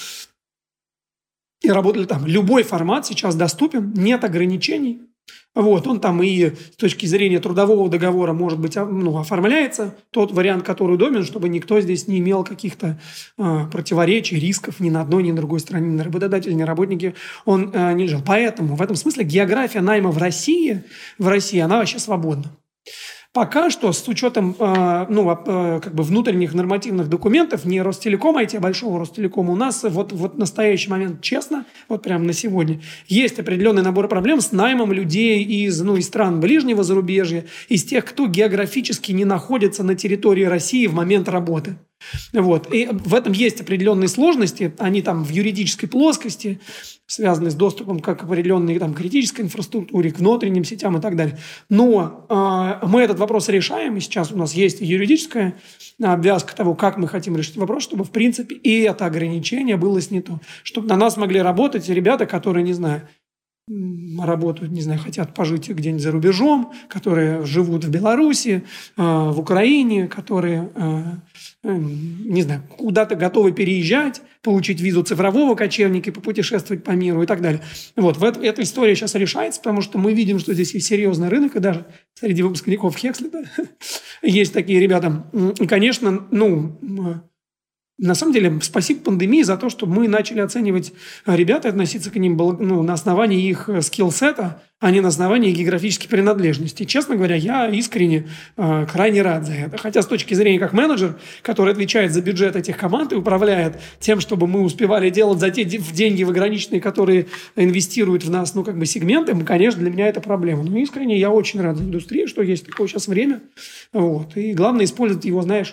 и работали там. Любой формат сейчас доступен, нет ограничений. Вот, он там и с точки зрения трудового договора, может быть, ну, оформляется тот вариант, который удобен, чтобы никто здесь не имел каких-то э, противоречий, рисков ни на одной, ни на другой стороне, ни работодатель, ни работники, он э, не лежал. Поэтому в этом смысле география найма в России, в России, она вообще свободна. Пока что, с учетом э, ну, э, как бы внутренних нормативных документов, не Ростелекома, а те большого Ростелекома, у нас вот, вот в настоящий момент, честно, вот прямо на сегодня, есть определенный набор проблем с наймом людей из, ну, из стран ближнего зарубежья, из тех, кто географически не находится на территории России в момент работы. Вот. И в этом есть определенные сложности, они там в юридической плоскости, связаны с доступом к определенной там, критической инфраструктуре, к внутренним сетям и так далее. Но э, мы этот вопрос решаем, и сейчас у нас есть юридическая обвязка того, как мы хотим решить вопрос, чтобы, в принципе, и это ограничение было снято. Чтобы на нас могли работать ребята, которые, не знаю, работают, не знаю, хотят пожить где-нибудь за рубежом, которые живут в Беларуси, э, в Украине, которые, э, э, не знаю, куда-то готовы переезжать, получить визу цифрового кочевника и попутешествовать по миру и так далее. Вот, в это, эта история сейчас решается, потому что мы видим, что здесь есть серьезный рынок, и даже среди выпускников Хекслета есть такие ребята. И, конечно, ну... На самом деле, спасибо пандемии за то, что мы начали оценивать ребят и относиться к ним ну, на основании их скиллсета, а не на основании географической принадлежности. Честно говоря, я искренне э, крайне рад за это. Хотя с точки зрения как менеджер, который отвечает за бюджет этих команд и управляет тем, чтобы мы успевали делать за те деньги в ограниченные, которые инвестируют в нас, ну, как бы сегменты, конечно, для меня это проблема. Но искренне я очень рад за индустрию, что есть такое сейчас время. Вот. И главное использовать его, знаешь,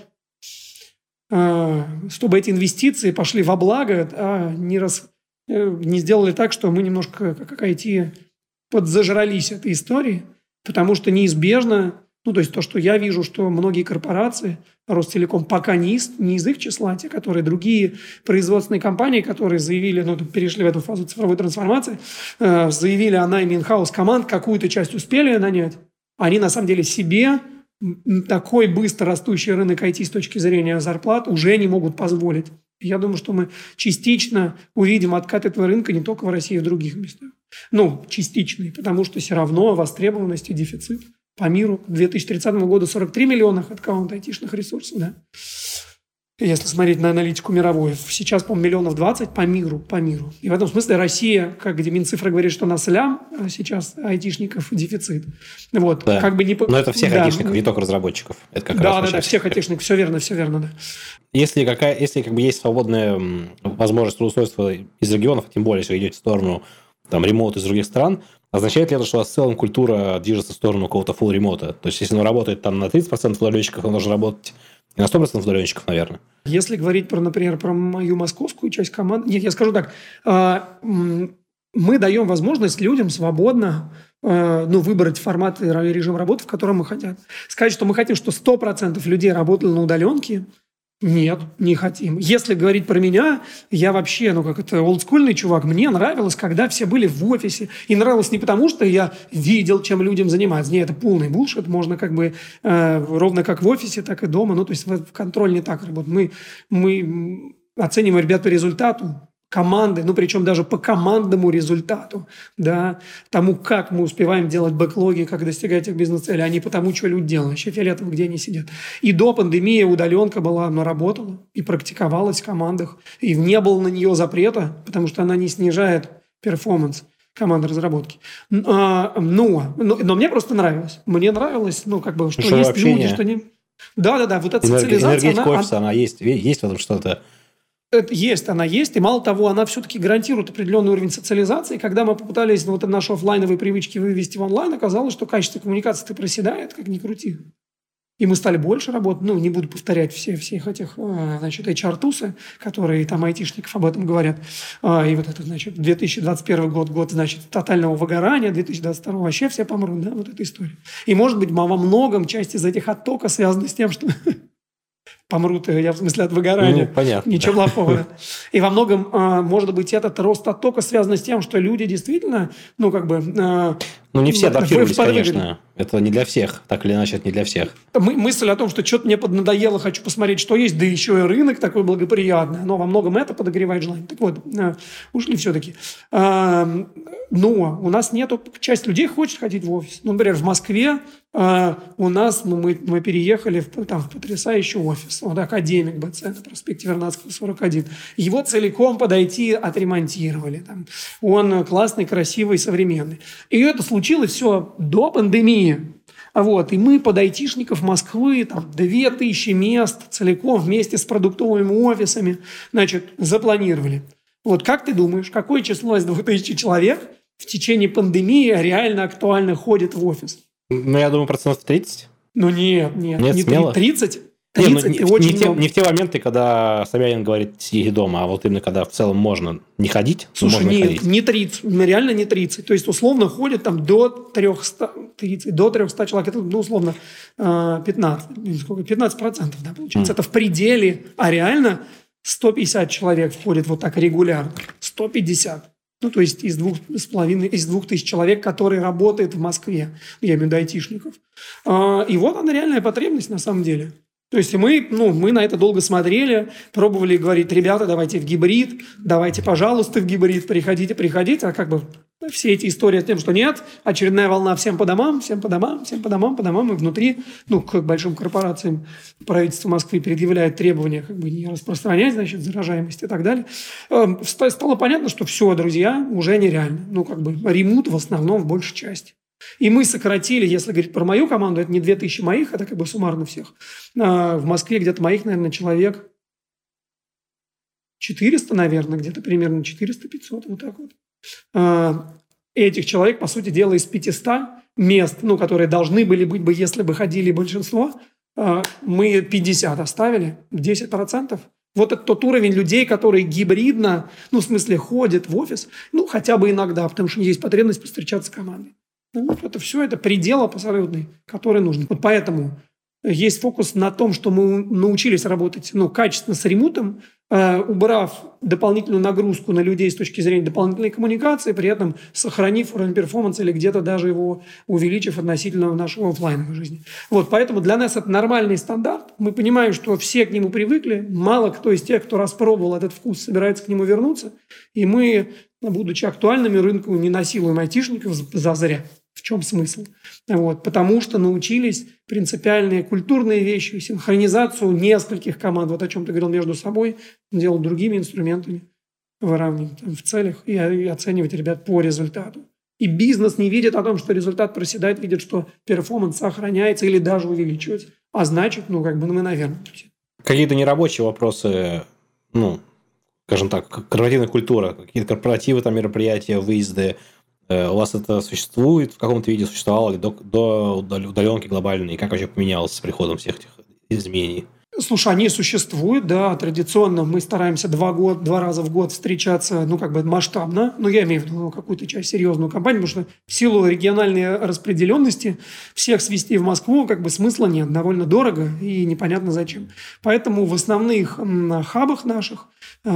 чтобы эти инвестиции пошли во благо, а не, раз, не сделали так, что мы немножко, как ай ти, подзажрались этой историей, потому что неизбежно Ну, то есть то, что я вижу, что многие корпорации, Ростелеком пока не из, не из их числа, те, которые другие производственные компании, которые заявили, ну, перешли в эту фазу цифровой трансформации, э, заявили о найме in-house команд, какую-то часть успели нанять, они на самом деле себе такой быстро растущий рынок ай ти с точки зрения зарплат уже не могут позволить. Я думаю, что мы частично увидим откат этого рынка не только в России, а и в других местах. Ну, частичный, потому что все равно востребованность и дефицит по миру. К две тысячи тридцатому году сорок три миллиона хэдкаунт айтишных ресурсов, да. Если смотреть на аналитику мировую. Сейчас, по-моему, миллионов двадцать по миру, по миру. И в этом смысле Россия, как где Минцифра говорит, что у нас лям, а сейчас айтишников дефицит. Вот. Да. Как бы не... Но это всех да. айтишников, не только разработчиков. Это как да, раз да, да, всех айтишников. Все верно, все верно, да. Если, какая, если как бы есть свободная возможность трудоустройства из регионов, тем более, если вы идете в сторону там, ремоут из других стран, означает ли это, что у вас в целом культура движется в сторону какого-то full ремоута? То есть, если он работает там на тридцать процентов удаленщиков, он должен работать и на сто процентов удаленщиков, наверное. Если говорить, про, например, про мою московскую часть команды... Нет, я скажу так. Мы даем возможность людям свободно ну, выбрать формат и режим работы, в котором мы хотим. Сказать, что мы хотим, что сто процентов людей работали на удаленке, нет, не хотим. Если говорить про меня, я вообще, ну, как это, олдскульный чувак. Мне нравилось, когда все были в офисе. И нравилось не потому, что я видел, чем людям заниматься. Нет, это полный булшит. Можно как бы э, ровно как в офисе, так и дома. Ну, то есть в контроль не так работает. Мы, мы оцениваем ребят по результату команды, ну, причем даже по командному результату, да, тому, как мы успеваем делать бэклоги, как достигать их бизнес-цели, а не потому, что люди делают. Вообще фиолетово, где они сидят. И до пандемии удаленка была, она работала и практиковалась в командах, и не было на нее запрета, потому что она не снижает перформанс команды разработки. А, но, но, но мне просто нравилось. Мне нравилось, ну, как бы, что Живое есть общение. люди, что не... Да-да-да, вот эта Энерги... социализация... Энергетика она, офиса, она есть, есть в этом что-то... Это есть, она есть, и мало того, она все-таки гарантирует определенный уровень социализации. Когда мы попытались ну, вот наши офлайновые привычки вывести в онлайн, оказалось, что качество коммуникации-то проседает, как ни крути. И мы стали больше работать, ну, не буду повторять все, всех этих, значит, эйч ар-тусы, которые там айтишников об этом говорят. И вот это, значит, две тысячи двадцать первый год, год, значит, тотального выгорания, две тысячи двадцать второй вообще все помрут, да, вот эта история. И, может быть, во многом часть из этих оттока связана с тем, что... Помрут, я в смысле от выгорания. Ну, понятно. Ничего плохого. И во многом, может быть, этот рост оттока связан с тем, что люди действительно, ну, как бы... Ну, не все адаптировались, конечно. Это не для всех. Так или иначе, это не для всех. Мы, мысль о том, что что-то мне поднадоело, хочу посмотреть, что есть, да еще и рынок такой благоприятный. Но во многом это подогревает желание. Так вот, ушли все-таки. Но у нас нету... Часть людей хочет ходить в офис. Ну, например, в Москве у нас, ну, мы, мы переехали в, там, в потрясающий офис. Вот Академик БЦ на проспекте Вернадского, сорок один. Его целиком подойти отремонтировали. Там. Он классный, красивый, современный. И это случилось все до пандемии. Вот. И мы под айтишников Москвы, там, две тысячи мест целиком вместе с продуктовыми офисами, значит, запланировали. Вот как ты думаешь, какое число из двух тысяч человек в течение пандемии реально актуально ходит в офис? Ну, я думаю, процентов тридцать. Ну, нет, нет. Нет, не смело? тридцать. тридцать тридцать, не, ты очень не, в те, много. не в те моменты, когда Собянин говорит «сиди дома», а вот именно когда в целом можно не ходить. Слушай, можно нет, ходить. не тридцать, реально не тридцать. То есть, условно, ходит там до триста, тридцать, до триста человек. Это, ну, условно, пятнадцать, сколько? пятнадцать процентов, да, получается. Mm. Это в пределе, а реально сто пятьдесят человек входит вот так регулярно. сто пятьдесят. Ну, то есть, из двух с половиной, из двух тысяч человек, которые работают в Москве. Я имею в виду айтишников. И вот она реальная потребность на самом деле. То есть мы, ну, мы на это долго смотрели, пробовали говорить, ребята, давайте в гибрид, давайте, пожалуйста, в гибрид, приходите, приходите. А как бы все эти истории с тем, что нет, очередная волна всем по домам, всем по домам, всем по домам, по домам, и внутри, ну, к большим корпорациям правительство Москвы предъявляет требования как бы не распространять, значит, заражаемость и так далее. Стало понятно, что все, друзья, уже нереально. Ну, как бы ремут в основном в большей части. И мы сократили, если говорить про мою команду, это не две тысячи моих, это как бы суммарно всех. В Москве где-то моих, наверное, человек четыреста, наверное, где-то примерно четыреста-пятьсот, вот так вот. Этих человек, по сути дела, из пятисот мест, ну, которые должны были быть бы, если бы ходили большинство, мы пятьдесят оставили, десять процентов. Вот это тот уровень людей, которые гибридно, ну, в смысле, ходят в офис, ну, хотя бы иногда, потому что есть потребность повстречаться с командой. Ну, это все, это предел абсолютный, который нужен. Вот поэтому есть фокус на том, что мы научились работать ну, качественно с ремутом, э, убрав дополнительную нагрузку на людей с точки зрения дополнительной коммуникации, при этом сохранив уровень перформанса или где-то даже его увеличив относительно нашей офлайновой жизни. Вот, поэтому для нас это нормальный стандарт. Мы понимаем, что все к нему привыкли. Мало кто из тех, кто распробовал этот вкус, собирается к нему вернуться. И мы, будучи актуальными, рынку не насилуем айтишников зазря. В чем смысл? Вот, потому что научились принципиальные культурные вещи, синхронизацию нескольких команд, вот о чем ты говорил, между собой, делать другими инструментами, выравнивать в целях и, и оценивать ребят по результату. И бизнес не видит о том, что результат проседает, видит, что перформанс сохраняется или даже увеличивается. А значит, ну, как бы, ну, мы, наверное, какие-то нерабочие вопросы, ну, скажем так, корпоративная культура, какие-то корпоративы, там, мероприятия, выезды, у вас это существует, в каком-то виде существовало ли до, до удаленки глобальной, и как вообще поменялось с приходом всех этих изменений? Слушай, они существуют, да, традиционно мы стараемся два, год, два раза в год встречаться, ну, как бы масштабно, но я имею в виду какую-то часть серьезную компанию, потому что в силу региональной распределенности всех свести в Москву как бы смысла нет, довольно дорого и непонятно зачем. Поэтому в основных хабах наших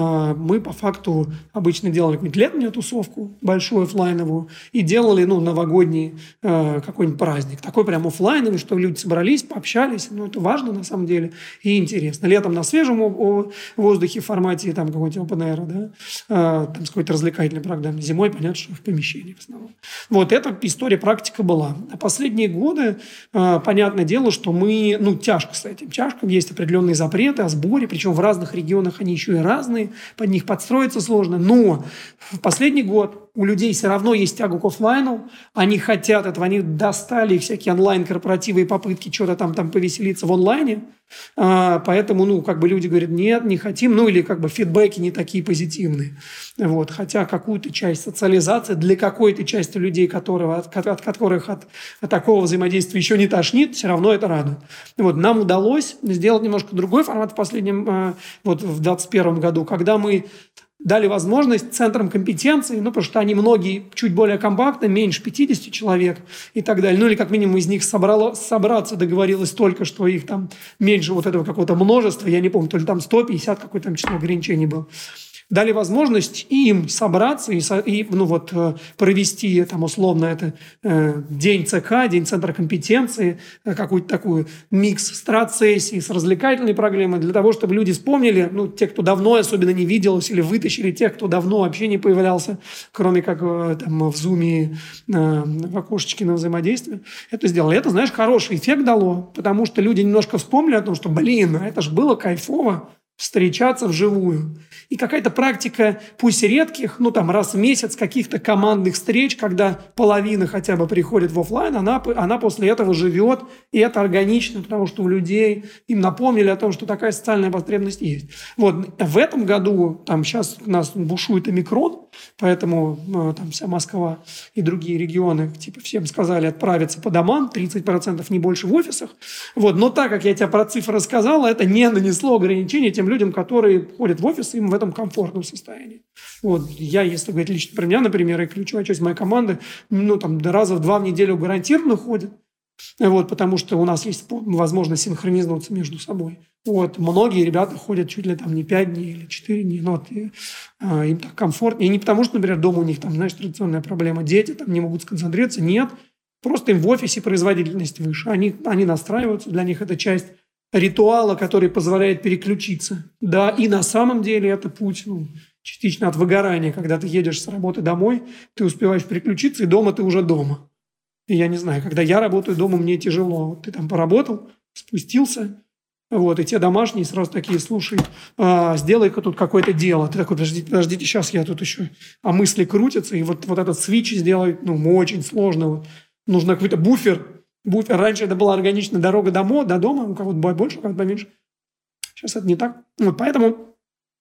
мы по факту обычно делали какую-нибудь летнюю тусовку, большую офлайновую, и делали, ну, новогодний какой-нибудь праздник, такой прям офлайновый, что люди собрались, пообщались, ну, это важно на самом деле, и интересно. Летом на свежем воздухе в формате там какой-нибудь open air, да, там с какой-то развлекательной программой. Зимой, понятно, что в помещении в основном. Вот эта история, практика была. А последние годы, понятное дело, что мы, ну, тяжко с этим. Тяжко, есть определенные запреты о сборе, причем в разных регионах они еще и разные, под них подстроиться сложно. Но в последний год у людей все равно есть тягу к офлайну, они хотят этого, они достали всякие онлайн-корпоративы и попытки что-то там, там повеселиться в онлайне, а, поэтому, ну, как бы люди говорят, нет, не хотим, ну, или как бы фидбэки не такие позитивные. Вот. Хотя какую-то часть социализации для какой-то части людей, которого, от, от которых от, от такого взаимодействия еще не тошнит, все равно это радует. Вот. Нам удалось сделать немножко другой формат в последнем, вот в двадцать первом году, когда мы дали возможность центрам компетенции, ну, потому что они многие чуть более компактны, меньше пятидесяти человек и так далее. Ну, или как минимум из них собрало, собраться договорилось только, что их там меньше вот этого какого-то множества, я не помню, то ли там сто пятьдесят, какое-то там число ограничений было. Дали возможность им собраться и, и ну, вот, провести там, условно это э, день ЦК, день Центра компетенции, э, какую-то такую микс страт-сессий с развлекательной программой для того, чтобы люди вспомнили, ну, те, кто давно особенно не виделось, или вытащили тех, кто давно вообще не появлялся, кроме как э, там, в Zoom, э, в окошечке на взаимодействие, это сделали. Это, знаешь, хороший эффект дало, потому что люди немножко вспомнили о том, что, блин, это же было кайфово встречаться вживую. И какая-то практика, пусть редких, ну там раз в месяц каких-то командных встреч, когда половина хотя бы приходит в офлайн, она, она после этого живет, и это органично, потому что у людей им напомнили о том, что такая социальная потребность есть. Вот в этом году, там сейчас у нас бушует омикрон, поэтому там вся Москва и другие регионы, типа всем сказали отправиться по домам, тридцать процентов не больше в офисах. Вот, но так как я тебе про цифры рассказал, это не нанесло ограничений тем людям, которые ходят в офис, им в этом комфортном состоянии. Вот. Я, если говорить лично про меня, например, и ключевая часть моей команды, ну, там, раза в два в неделю гарантированно ходят, вот, потому что у нас есть возможность синхронизироваться между собой. Вот. Многие ребята ходят чуть ли там не пять дней или четыре дня, но вот, и, а, им так комфортнее. И не потому, что, например, дома у них там, знаешь, традиционная проблема, дети там не могут сконцентрироваться, нет, просто им в офисе производительность выше. Они, они настраиваются, для них это часть ритуала, который позволяет переключиться. Да, и на самом деле это путь, ну, частично от выгорания, когда ты едешь с работы домой, ты успеваешь переключиться, и дома ты уже дома. И я не знаю, когда я работаю дома, мне тяжело. Вот ты там поработал, спустился, вот, и те домашние сразу такие, слушай, а, сделай-ка тут какое-то дело. Ты такой, подождите, подождите, сейчас я тут еще, а мысли крутятся, и вот, вот этот свитч сделать, ну, очень сложно. Вот. Нужно какой-то буфер. Буфер. Раньше это была органичная дорога домой, до дома, у кого-то больше, у кого-то поменьше. Сейчас это не так. Вот, поэтому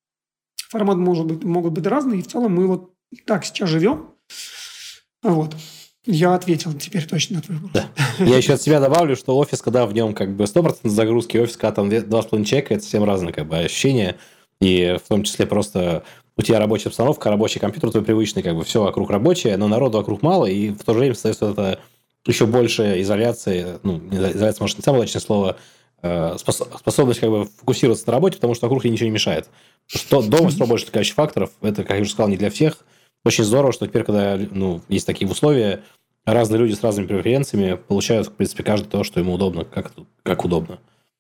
форматы может быть, могут быть разные, и в целом мы вот так сейчас живем. Вот. Я ответил теперь точно на твой вопрос. Да. Я еще от себя добавлю, что офис, когда в нем как бы сто процентов загрузки, офис, когда там два с половиной человека, это совсем разные как бы ощущения. И в том числе просто у тебя рабочая обстановка, рабочий компьютер твой привычный, как бы все вокруг рабочее, но народу вокруг мало, и в то же время остается это еще больше изоляции, ну, изоляция, может, не самое удачное слово, способность как бы фокусироваться на работе, потому что вокруг тебе ничего не мешает. Что дома все больше отвлекающих факторов, это, как я уже сказал, не для всех. Очень здорово, что теперь, когда ну, есть такие условия, разные люди с разными преференциями получают, в принципе, каждый то, что ему удобно, как, как удобно.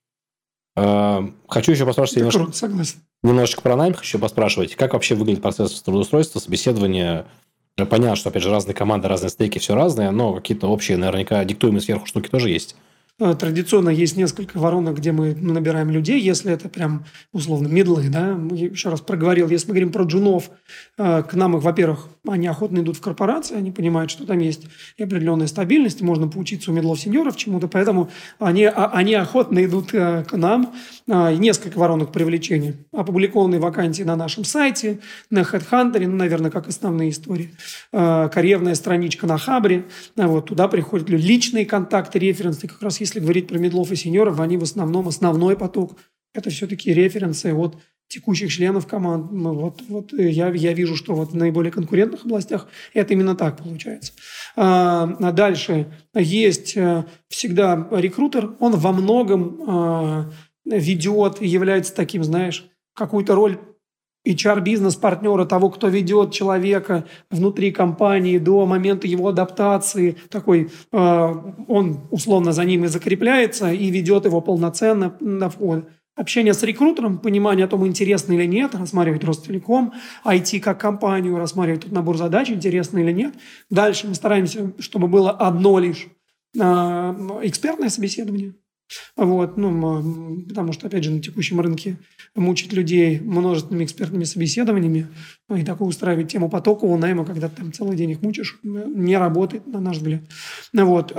Хочу еще поспрашивать немножко, согласен. немножечко про найм, хочу поспрашивать, как вообще выглядит процесс трудоустройства, собеседования. Понятно, что, опять же, разные команды, разные стейки, все разное, но какие-то общие, наверняка, диктуемые сверху штуки тоже есть. Традиционно есть несколько воронок, где мы набираем людей, если это прям, условно, медлы, да, я еще раз проговорил, если мы говорим про джунов, к нам их, во-первых, они охотно идут в корпорации, они понимают, что там есть и определенная стабильность, можно поучиться у медлов-сеньоров чему-то, поэтому они, они охотно идут к нам. Несколько воронок привлечения. Опубликованные вакансии на нашем сайте, на HeadHunter, ну, наверное, как основные истории. Карьерная страничка на Хабре, вот туда приходят личные контакты, референсы, как раз есть. Если говорить про медлов и сеньоров, они в основном, основной поток – это все-таки референсы от текущих членов команд. Вот, вот я, я вижу, что вот в наиболее конкурентных областях это именно так получается. А дальше есть всегда рекрутер. Он во многом ведет и является таким, знаешь, какую-то роль эйч ар-бизнес-партнера, того, кто ведет человека внутри компании до момента его адаптации, такой, э, он условно за ним и закрепляется и ведет его полноценно на вход. Общение с рекрутером, понимание о том, интересно или нет, рассматривать Ростелеком, ай ти как компанию, рассматривать тут набор задач, интересно или нет. Дальше мы стараемся, чтобы было одно лишь э, экспертное собеседование. Вот, ну, потому что, опять же, на текущем рынке мучить людей множественными экспертными собеседованиями и такую устраивать тему потокового найма, когда ты там целый день их мучишь, не работает, на наш взгляд. Вот.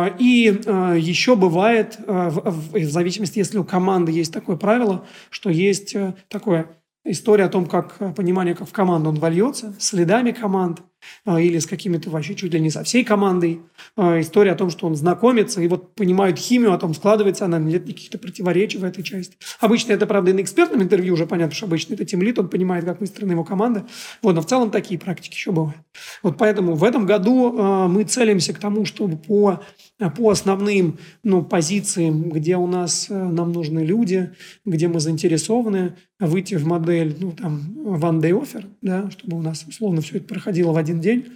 И еще бывает, в зависимости, если у команды есть такое правило, что есть такое история о том, как понимание, как в команду он вольется, следами команд, или с какими-то вообще чуть ли не со всей командой. История о том, что он знакомится и вот понимает химию, о том, складывается она, нет каких-то противоречий в этой части. Обычно это, правда, и на экспертном интервью уже понятно, что обычно это тимлид, он понимает, как выстроена его команда. Вот, но в целом такие практики еще бывают. Вот поэтому в этом году э, мы целимся к тому, чтобы по, по основным ну, позициям, где у нас э, нам нужны люди, где мы заинтересованы, выйти в модель, ну, там, one day offer, да, чтобы у нас условно все это проходило в один день.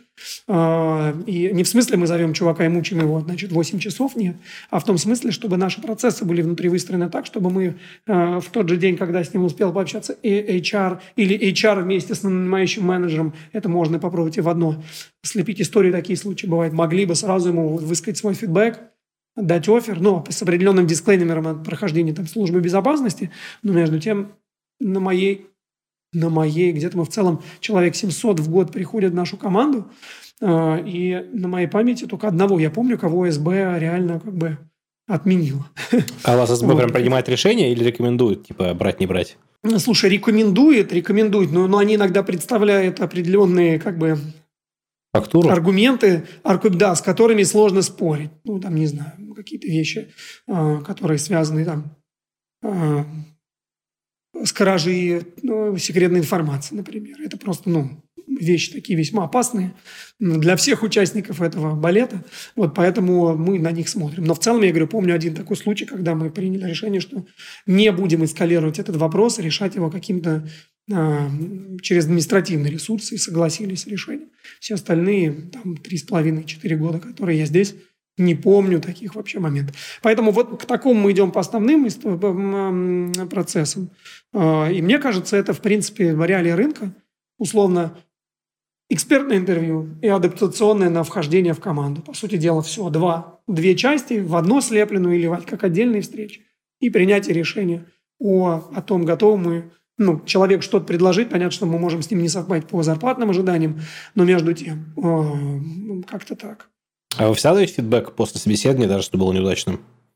И не в смысле мы зовем чувака и мучим его, значит, восемь часов, нет, а в том смысле, чтобы наши процессы были внутри выстроены так, чтобы мы в тот же день, когда с ним успел пообщаться и эйч ар или эйч ар вместе с нанимающим менеджером, это можно попробовать и в одно, слепить истории, такие случаи бывают, могли бы сразу ему высказать свой фидбэк, дать оффер, но с определенным дисклеймером от прохождения там, службы безопасности, но между тем на моей на моей, где-то мы в целом человек семьсот в год приходят в нашу команду, э, и на моей памяти только одного я помню, кого эс бэ реально как бы отменило. А у вас эс бэ вот. Прям принимает решение или рекомендует, типа, брать, не брать? Слушай, рекомендует, рекомендует, но, но они иногда представляют определенные как бы фактуру? Аргументы, да, с которыми сложно спорить. Ну, там, не знаю, какие-то вещи, э, которые связаны там э, с кражей ну, секретной информации, например. Это просто, ну, вещи такие весьма опасные для всех участников этого балета. Вот поэтому мы на них смотрим. Но в целом, я говорю, помню один такой случай, когда мы приняли решение, что не будем эскалировать этот вопрос, решать его каким-то а, через административные ресурсы и согласились с решением. Все остальные, там, три с половиной-четыре года, которые я здесь, не помню таких вообще моментов. Поэтому вот к такому мы идем по основным процессам. И мне кажется, это, в принципе, реалии рынка. Условно, экспертное интервью и адаптационное на вхождение в команду. По сути дела, все. Два, две части в одно слепленную или как отдельные встречи. И принятие решения о, о том, готовы мы ну, человек что-то предложить. Понятно, что мы можем с ним не совпасть по зарплатным ожиданиям, но между тем, как-то так. А вы всегда даете фидбэк после собеседования, даже если было неудачным?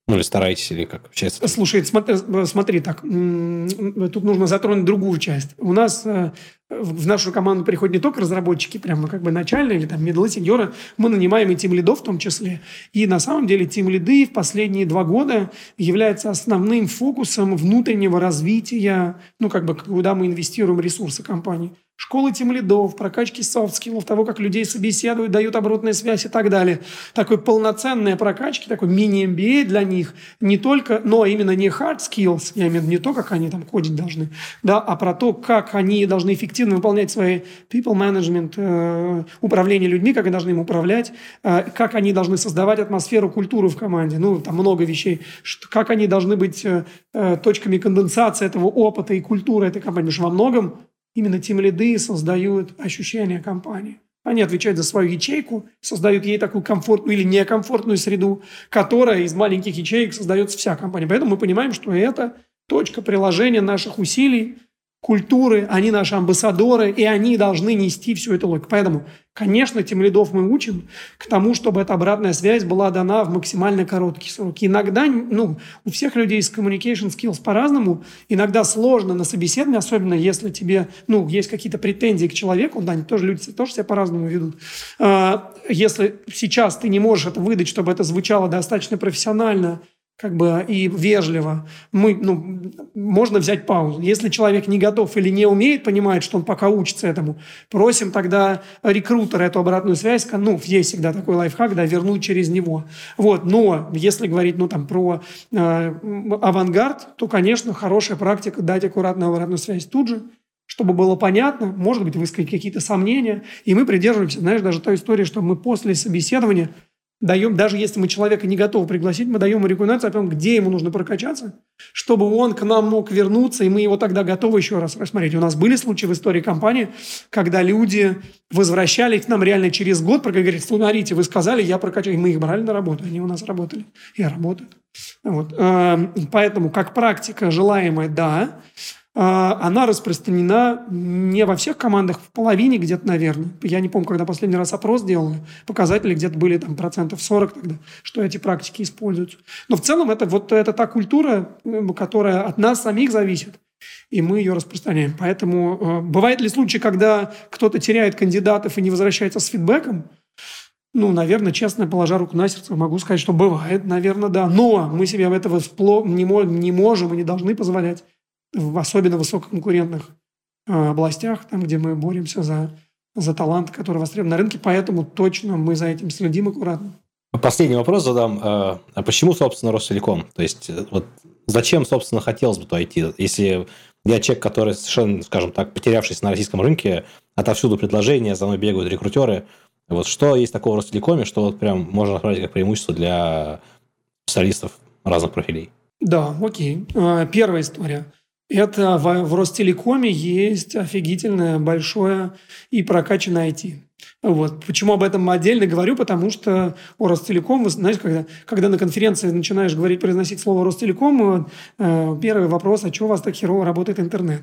Ну, или стараетесь, или как общается? Слушай, смотри, смотри так, тут нужно затронуть другую часть. У нас в нашу команду приходят не только разработчики, прямо как бы начальные, или там медлы, сеньоры, мы нанимаем и тимлидов в том числе. И на самом деле тимлиды в последние два года являются основным фокусом внутреннего развития, ну, как бы, куда мы инвестируем ресурсы компании. Школы тимлидов, прокачки софт-скиллов, того, как людей собеседуют, дают оборотную связь и так далее. Такой полноценные прокачки, такой мини-эм би эй для них, не только, но именно не hard skills, я имею в виду не то, как они там кодить должны, да, а про то, как они должны эффективно выполнять свои people management, э, управление людьми, как они должны им управлять, э, как они должны создавать атмосферу, культуру в команде, ну, там много вещей, что, как они должны быть э, точками конденсации этого опыта и культуры этой компании, потому что во многом именно тимлиды создают ощущение компании. Они отвечают за свою ячейку, создают ей такую комфортную или некомфортную среду, которая из маленьких ячеек создается вся компания. Поэтому мы понимаем, что это точка приложения наших усилий, культуры, они наши амбассадоры, и они должны нести всю эту логику. Поэтому, конечно, тимлидов мы учим к тому, чтобы эта обратная связь была дана в максимально короткие сроки. Иногда, ну, у всех людей с communication skills по-разному, иногда сложно на собеседовании, особенно если тебе, ну, есть какие-то претензии к человеку, да, тоже люди тоже себя по-разному ведут. Если сейчас ты не можешь это выдать, чтобы это звучало достаточно профессионально, как бы и вежливо, мы, ну, можно взять паузу. Если человек не готов или не умеет, понимает, что он пока учится этому, просим тогда рекрутера эту обратную связь, ну, есть всегда такой лайфхак, да, вернуть через него. Вот, но если говорить, ну, там, про э, авангард, то, конечно, хорошая практика дать аккуратную обратную связь тут же, чтобы было понятно, может быть, высказать какие-то сомнения, и мы придерживаемся, знаешь, даже той истории, что мы после собеседования даем, даже если мы человека не готовы пригласить, мы даем ему рекомендацию о том, где ему нужно прокачаться, чтобы он к нам мог вернуться, и мы его тогда готовы еще раз рассмотреть. У нас были случаи в истории компании, когда люди возвращались к нам реально через год, говорят, смотрите, вы сказали, я прокачал, и мы их брали на работу, они у нас работали и работают. Вот. Поэтому, как практика желаемая, да, она распространена не во всех командах, в половине где-то, наверное. Я не помню, когда последний раз опрос делали, показатели где-то были там процентов сорок тогда, что эти практики используются. Но в целом это вот это та культура, которая от нас самих зависит, и мы ее распространяем. Поэтому э, бывают ли случаи, когда кто-то теряет кандидатов и не возвращается с фидбэком? Ну, наверное, честно, положа руку на сердце, могу сказать, что бывает, наверное, да. Но мы себе этого не можем и не должны позволять, в особенно высококонкурентных э, областях, там, где мы боремся за, за талант, который востребован на рынке. Поэтому точно мы за этим следим аккуратно. Последний вопрос задам. А почему, собственно, Ростелеком? То есть, вот зачем, собственно, хотелось бы туда идти? Если я человек, который совершенно, скажем так, потерявшийся на российском рынке, отовсюду предложения, за мной бегают рекрутеры. Вот что есть такого в Ростелекоме, что вот прям можно назвать как преимущество для специалистов разных профилей? Да, окей. Первая история. Это в, в Ростелекоме есть офигительное, большое и прокачанное ай ти. Вот. Почему об этом отдельно говорю? Потому что у Ростелеком, вы знаете, когда, когда на конференции начинаешь говорить, произносить слово Ростелеком, э, первый вопрос, а что у вас так херово работает интернет?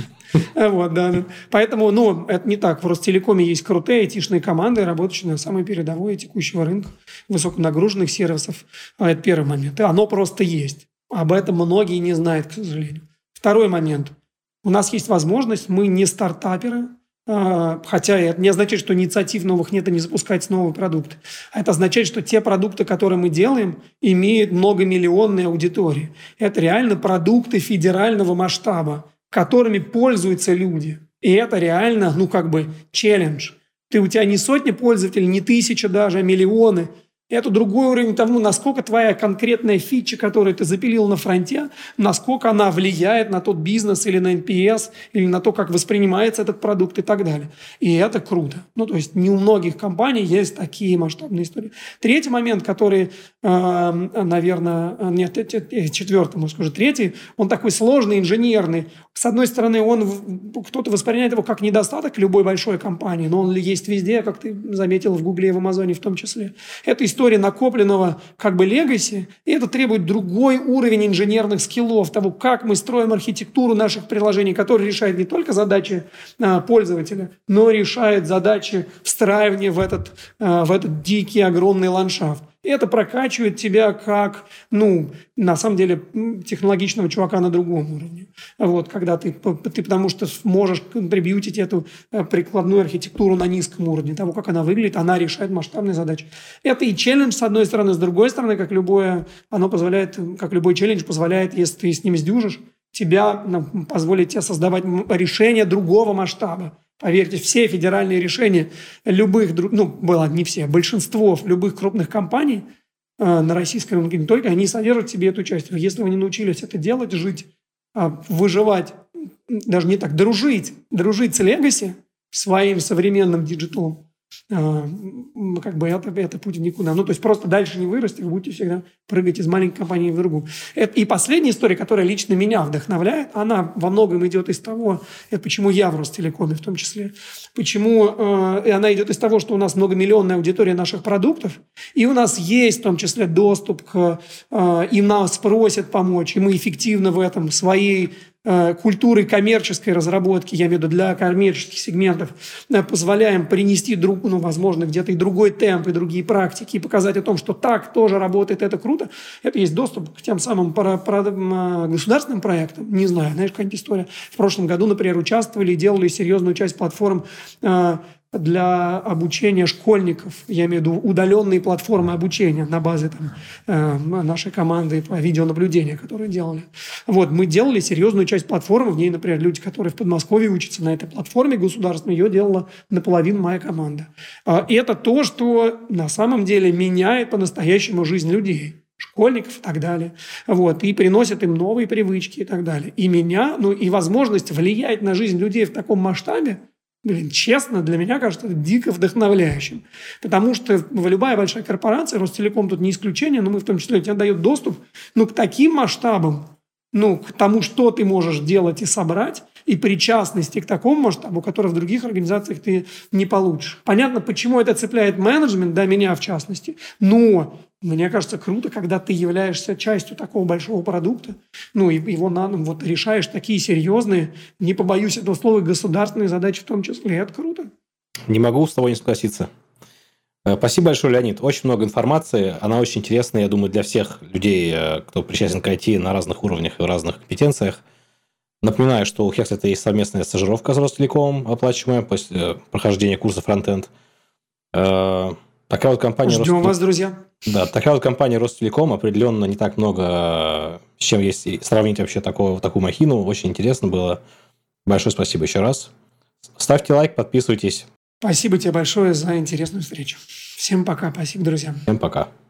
Вот, да. Поэтому, ну, это не так. В Ростелекоме есть крутые айтишные команды, работающие на самой передовой текущего рынка, высоконагруженных сервисов. Это первый момент. И оно просто есть. Об этом многие не знают, к сожалению. Второй момент. У нас есть возможность, мы не стартаперы, хотя это не означает, что инициатив новых нет и не запускать новые продукты. А это означает, что те продукты, которые мы делаем, имеют многомиллионные аудитории. Это реально продукты федерального масштаба, которыми пользуются люди. И это реально, ну, как бы челлендж. Ты, у тебя не сотни пользователей, не тысячи даже, а миллионы. Это другой уровень тому, насколько твоя конкретная фича, которую ты запилил на фронте, насколько она влияет на тот бизнес или на эн пи эс, или на то, как воспринимается этот продукт и так далее. И это круто. Ну, то есть не у многих компаний есть такие масштабные истории. Третий момент, который, э, наверное, нет, четвертый, может скажу, третий, он такой сложный, инженерный. С одной стороны, он, кто-то воспринимает его как недостаток любой большой компании, но он есть везде, как ты заметил, в Гугле и в Амазоне в том числе. Это история накопленного как бы легаси, и это требует другой уровень инженерных скиллов, того, как мы строим архитектуру наших приложений, которая решает не только задачи а, пользователя, но решает задачи встраивания в этот, а, в этот дикий огромный ландшафт. И это прокачивает тебя как, ну, на самом деле, технологичного чувака на другом уровне. Вот, когда ты, ты потому что можешь контрибьютить эту прикладную архитектуру на низком уровне, того, как она выглядит, она решает масштабные задачи. Это и челлендж, с одной стороны, с другой стороны, как любое, оно позволяет, как любой челлендж позволяет, если ты с ним сдюжишь, тебя, ну, позволит тебе создавать решения другого масштаба. Поверьте, все федеральные решения любых, ну, было не все, большинство любых крупных компаний э, на российском рынке, не только, они содержат в себе эту часть. Если вы не научились это делать, жить, э, выживать, даже не так, дружить, дружить с легаси, своим современным диджиталом, э, как бы это, это путь в никуда. Ну, то есть просто дальше не вырасти, вы будете всегда прыгать из маленькой компании в другую. Это, и последняя история, которая лично меня вдохновляет, она во многом идет из того, это почему я в Ростелекоме в том числе, почему э, она идет из того, что у нас многомиллионная аудитория наших продуктов, и у нас есть в том числе доступ к, э, и нас просят помочь, и мы эффективно в этом своей культуры коммерческой разработки, я имею в виду для коммерческих сегментов, позволяем принести, друг, ну, возможно, где-то и другой темп, и другие практики, и показать о том, что так тоже работает, это круто. Это есть доступ к тем самым пара, пара, государственным проектам. Не знаю, знаешь, какая-нибудь история. В прошлом году, например, участвовали и делали серьезную часть платформ для обучения школьников, я имею в виду удаленные платформы обучения на базе там, э, нашей команды по видеонаблюдению, которые делали. Вот, мы делали серьезную часть платформы, в ней, например, люди, которые в Подмосковье учатся на этой платформе государственной, ее делала наполовину моя команда. И это то, что на самом деле меняет по-настоящему жизнь людей, школьников и так далее, вот, и приносит им новые привычки и так далее. И меня, ну и возможность влиять на жизнь людей в таком масштабе, блин, честно, для меня кажется это дико вдохновляющим. Потому что любая большая корпорация, Ростелеком тут не исключение, но мы в том числе, тебе дает доступ, ну, к таким масштабам, ну, к тому, что ты можешь делать и собрать, и причастности к такому масштабу, который в других организациях ты не получишь. Понятно, почему это цепляет менеджмент, да, меня в частности, но мне кажется, круто, когда ты являешься частью такого большого продукта, ну, и его надо, вот, решаешь такие серьезные, не побоюсь этого слова, государственные задачи в том числе. Это круто. Не могу с тобой не согласиться. Спасибо большое, Леонид. Очень много информации. Она очень интересная, я думаю, для всех людей, кто причастен к ай ти на разных уровнях и в разных компетенциях. Напоминаю, что у Hexlet есть совместная стажировка с Ростелекомом, оплачиваемая после прохождения курса фронтенд. Такая вот компания... Ждем Ростелек... вас, друзья. Да, такая вот компания Ростелеком, определенно не так много, с чем есть сравнить вообще такого, такую махину. Очень интересно было. Большое спасибо еще раз. Ставьте лайк, подписывайтесь. Спасибо тебе большое за интересную встречу. Всем пока. Спасибо, друзья. Всем пока.